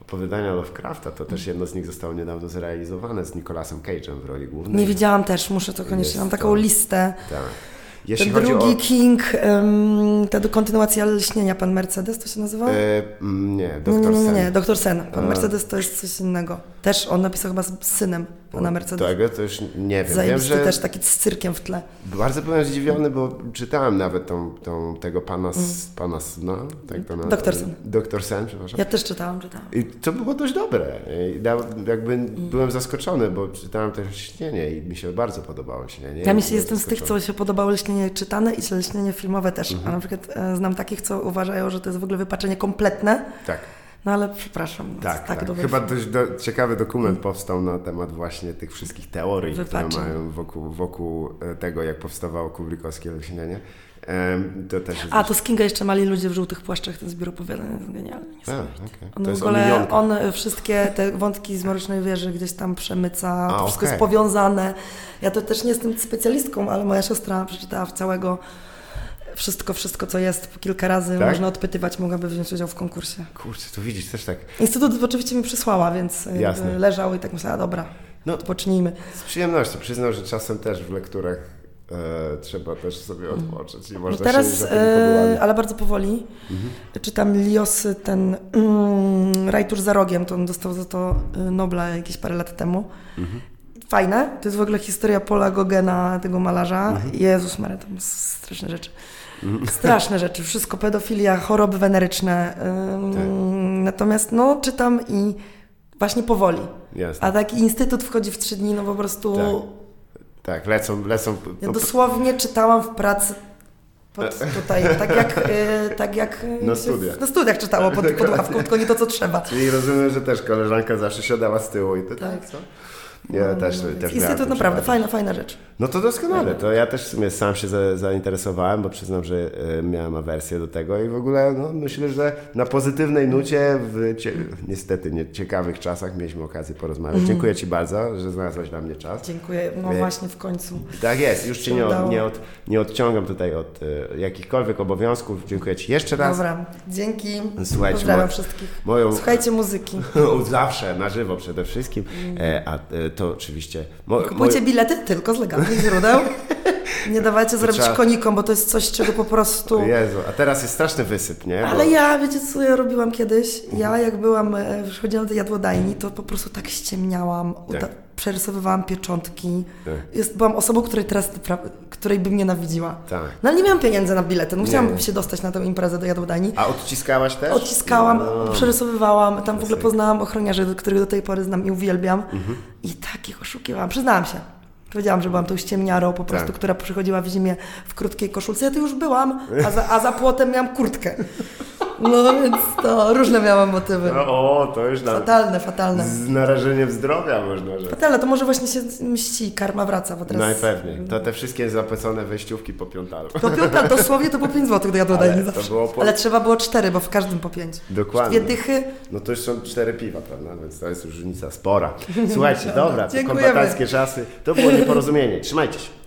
opowiadania Lovecrafta, to też jedno z nich zostało niedawno zrealizowane z Nicolasem Cage'em w roli głównej. Nie widziałam też, muszę to koniecznie, mam taką to, listę. Tak. Jeśli Ten chodzi drugi o... King, um, ta kontynuacja Lśnienia, Pan Mercedes, to się nazywa? E, nie, nie, doktor nie, nie, nie, Sen. doktor Sen. Pan A. Mercedes to jest coś innego. Też on napisał chyba z synem Pana Mercedes. Tego to już nie wiem. Zajebisty wiem, że też taki z cyrkiem w tle. bardzo byłem zdziwiony, bo czytałem nawet tą, tą, tego pana, z, Mm. pana Sna, tak to Doktor Sen. Doktor Sen, przepraszam. Ja też czytałam, czytałam. I to było dość dobre. I da, jakby byłem zaskoczony, bo czytałem też Lśnienie i mi się bardzo podobało Lśnienie. Ja mi się Byłem jestem z tych, zaskoczony. co się podobało Lśnienie czytane i Lśnienie filmowe też. Mhm. A na przykład e, znam takich, co uważają, że to jest w ogóle wypaczenie kompletne. Tak. No ale przepraszam. Tak, tak. dobre- Chyba dość do, ciekawy dokument powstał na temat właśnie tych wszystkich teorii, Wypaczeń. które mają wokół, wokół e, tego, jak powstawało kubrickowskie Lśnienie. Em, to też jest... A, to z Kinga jeszcze Mali ludzie w żółtych płaszczach, ten zbiór opowiadań jest genialny. A, niesamowity. okay. On To w jest ogóle, minionka. on wszystkie te wątki z Mrocznej Wieży gdzieś tam przemyca, A, to wszystko okej. jest powiązane. Ja to też nie jestem specjalistką, ale moja siostra przeczytała w całego wszystko, wszystko co jest po kilka razy, Tak? można odpytywać, mogłaby wziąć udział w konkursie. Kurczę, to widzisz też tak. Instytut oczywiście mi przysłała, więc jakby Jasne. leżał i tak myślała, dobra, No. no to pocznijmy. Z przyjemnością. Przyznam, że czasem też w lekturach e, trzeba też sobie odpocząć. Nie No można teraz, siedzieć za tymi fabułami. e, ale bardzo powoli, Mhm. czytam Liosy, ten mm, Raj tuż za rogiem, to on dostał za to y, Nobla jakieś parę lat temu. Mhm. Fajne, to jest w ogóle historia Paula Gogena, tego malarza. Mhm. Jezus Maria, tam straszne rzeczy. Straszne rzeczy, wszystko, pedofilia, choroby weneryczne. Ym, Tak. Natomiast no, czytam i właśnie powoli. Jasne. A taki instytut wchodzi w trzy dni, no po prostu... Tak. Tak, lecą, lecą. Ja po- dosłownie czytałam w pracy pod tutaj, tak jak, y, tak jak y, Na się studiach. na studiach czytało pod, pod ławką, tylko nie to, co trzeba. Czyli rozumiem, że też koleżanka zawsze siadała z tyłu i to tak, co? Ja No, też, no, więc też miałem instytut tym naprawdę, przypadek. fajna, fajna rzecz. No to doskonale, to ja też w sumie sam się za, zainteresowałem, bo przyznam, że e, miałem awersję do tego i w ogóle no, myślę, że na pozytywnej nucie w cie, niestety nie ciekawych czasach mieliśmy okazję porozmawiać. Mhm. Dziękuję Ci bardzo, że znalazłaś dla mnie czas. Dziękuję, no E, właśnie w końcu. Tak jest, już Cię się nie, od, udało. nie, od, nie odciągam tutaj od e, jakichkolwiek obowiązków. Dziękuję Ci jeszcze raz. Dobra, dzięki. Słuchajcie, Pozdrawiam mo- wszystkich. Moją, Słuchajcie muzyki. zawsze, na żywo przede wszystkim, e, a e, to oczywiście... Mo, Kupujcie bilety tylko z legalnych źródeł. Nie dawajcie zrobić trzeba- konikom, bo to jest coś, czego po prostu... Jezu, a teraz jest straszny wysyp, nie? Ale Bo- ja, wiecie co ja robiłam kiedyś? Ja jak byłam, e, chodziłam do jadłodajni, to po prostu tak ściemniałam, uda- Tak. przerysowywałam pieczątki. Tak. Jest, byłam osobą, której teraz, napra- której bym nienawidziła. Tak. No ale nie miałam pieniędzy na bilety, no musiałam Nie. się dostać na tę imprezę do jadłodajni. A odciskałaś też? Odciskałam, No. przerysowywałam, tam w ogóle Klasyk. poznałam ochroniarzy, do których do tej pory znam i uwielbiam. Mhm. I takich oszukiwałam, przyznałam się. Powiedziałam, że byłam tą ściemniarą po prostu, Tak. która przychodziła w zimie w krótkiej koszulce. Ja to już byłam, a za, a za płotem miałam kurtkę. No więc to różne miałam motywy. No, o, to już na, Fatalne, fatalne. z narażeniem zdrowia można rzec. Fatalne, to może właśnie się mści, karma wraca, bo teraz... Najpewniej. To te wszystkie zapłacone wejściówki po piątalu. Po piąta, dosłownie to po pięć złotych do jadłodajni Ale to zawsze. było po- Ale trzeba było cztery, bo w każdym po pięć. Dokładnie. Dwie dychy. No to już są cztery piwa, prawda? Więc to jest już różnica spora. Słuchajcie, dobra, to Dziękujemy. kombatanckie czasy. To było nieporozumienie. Trzymajcie się.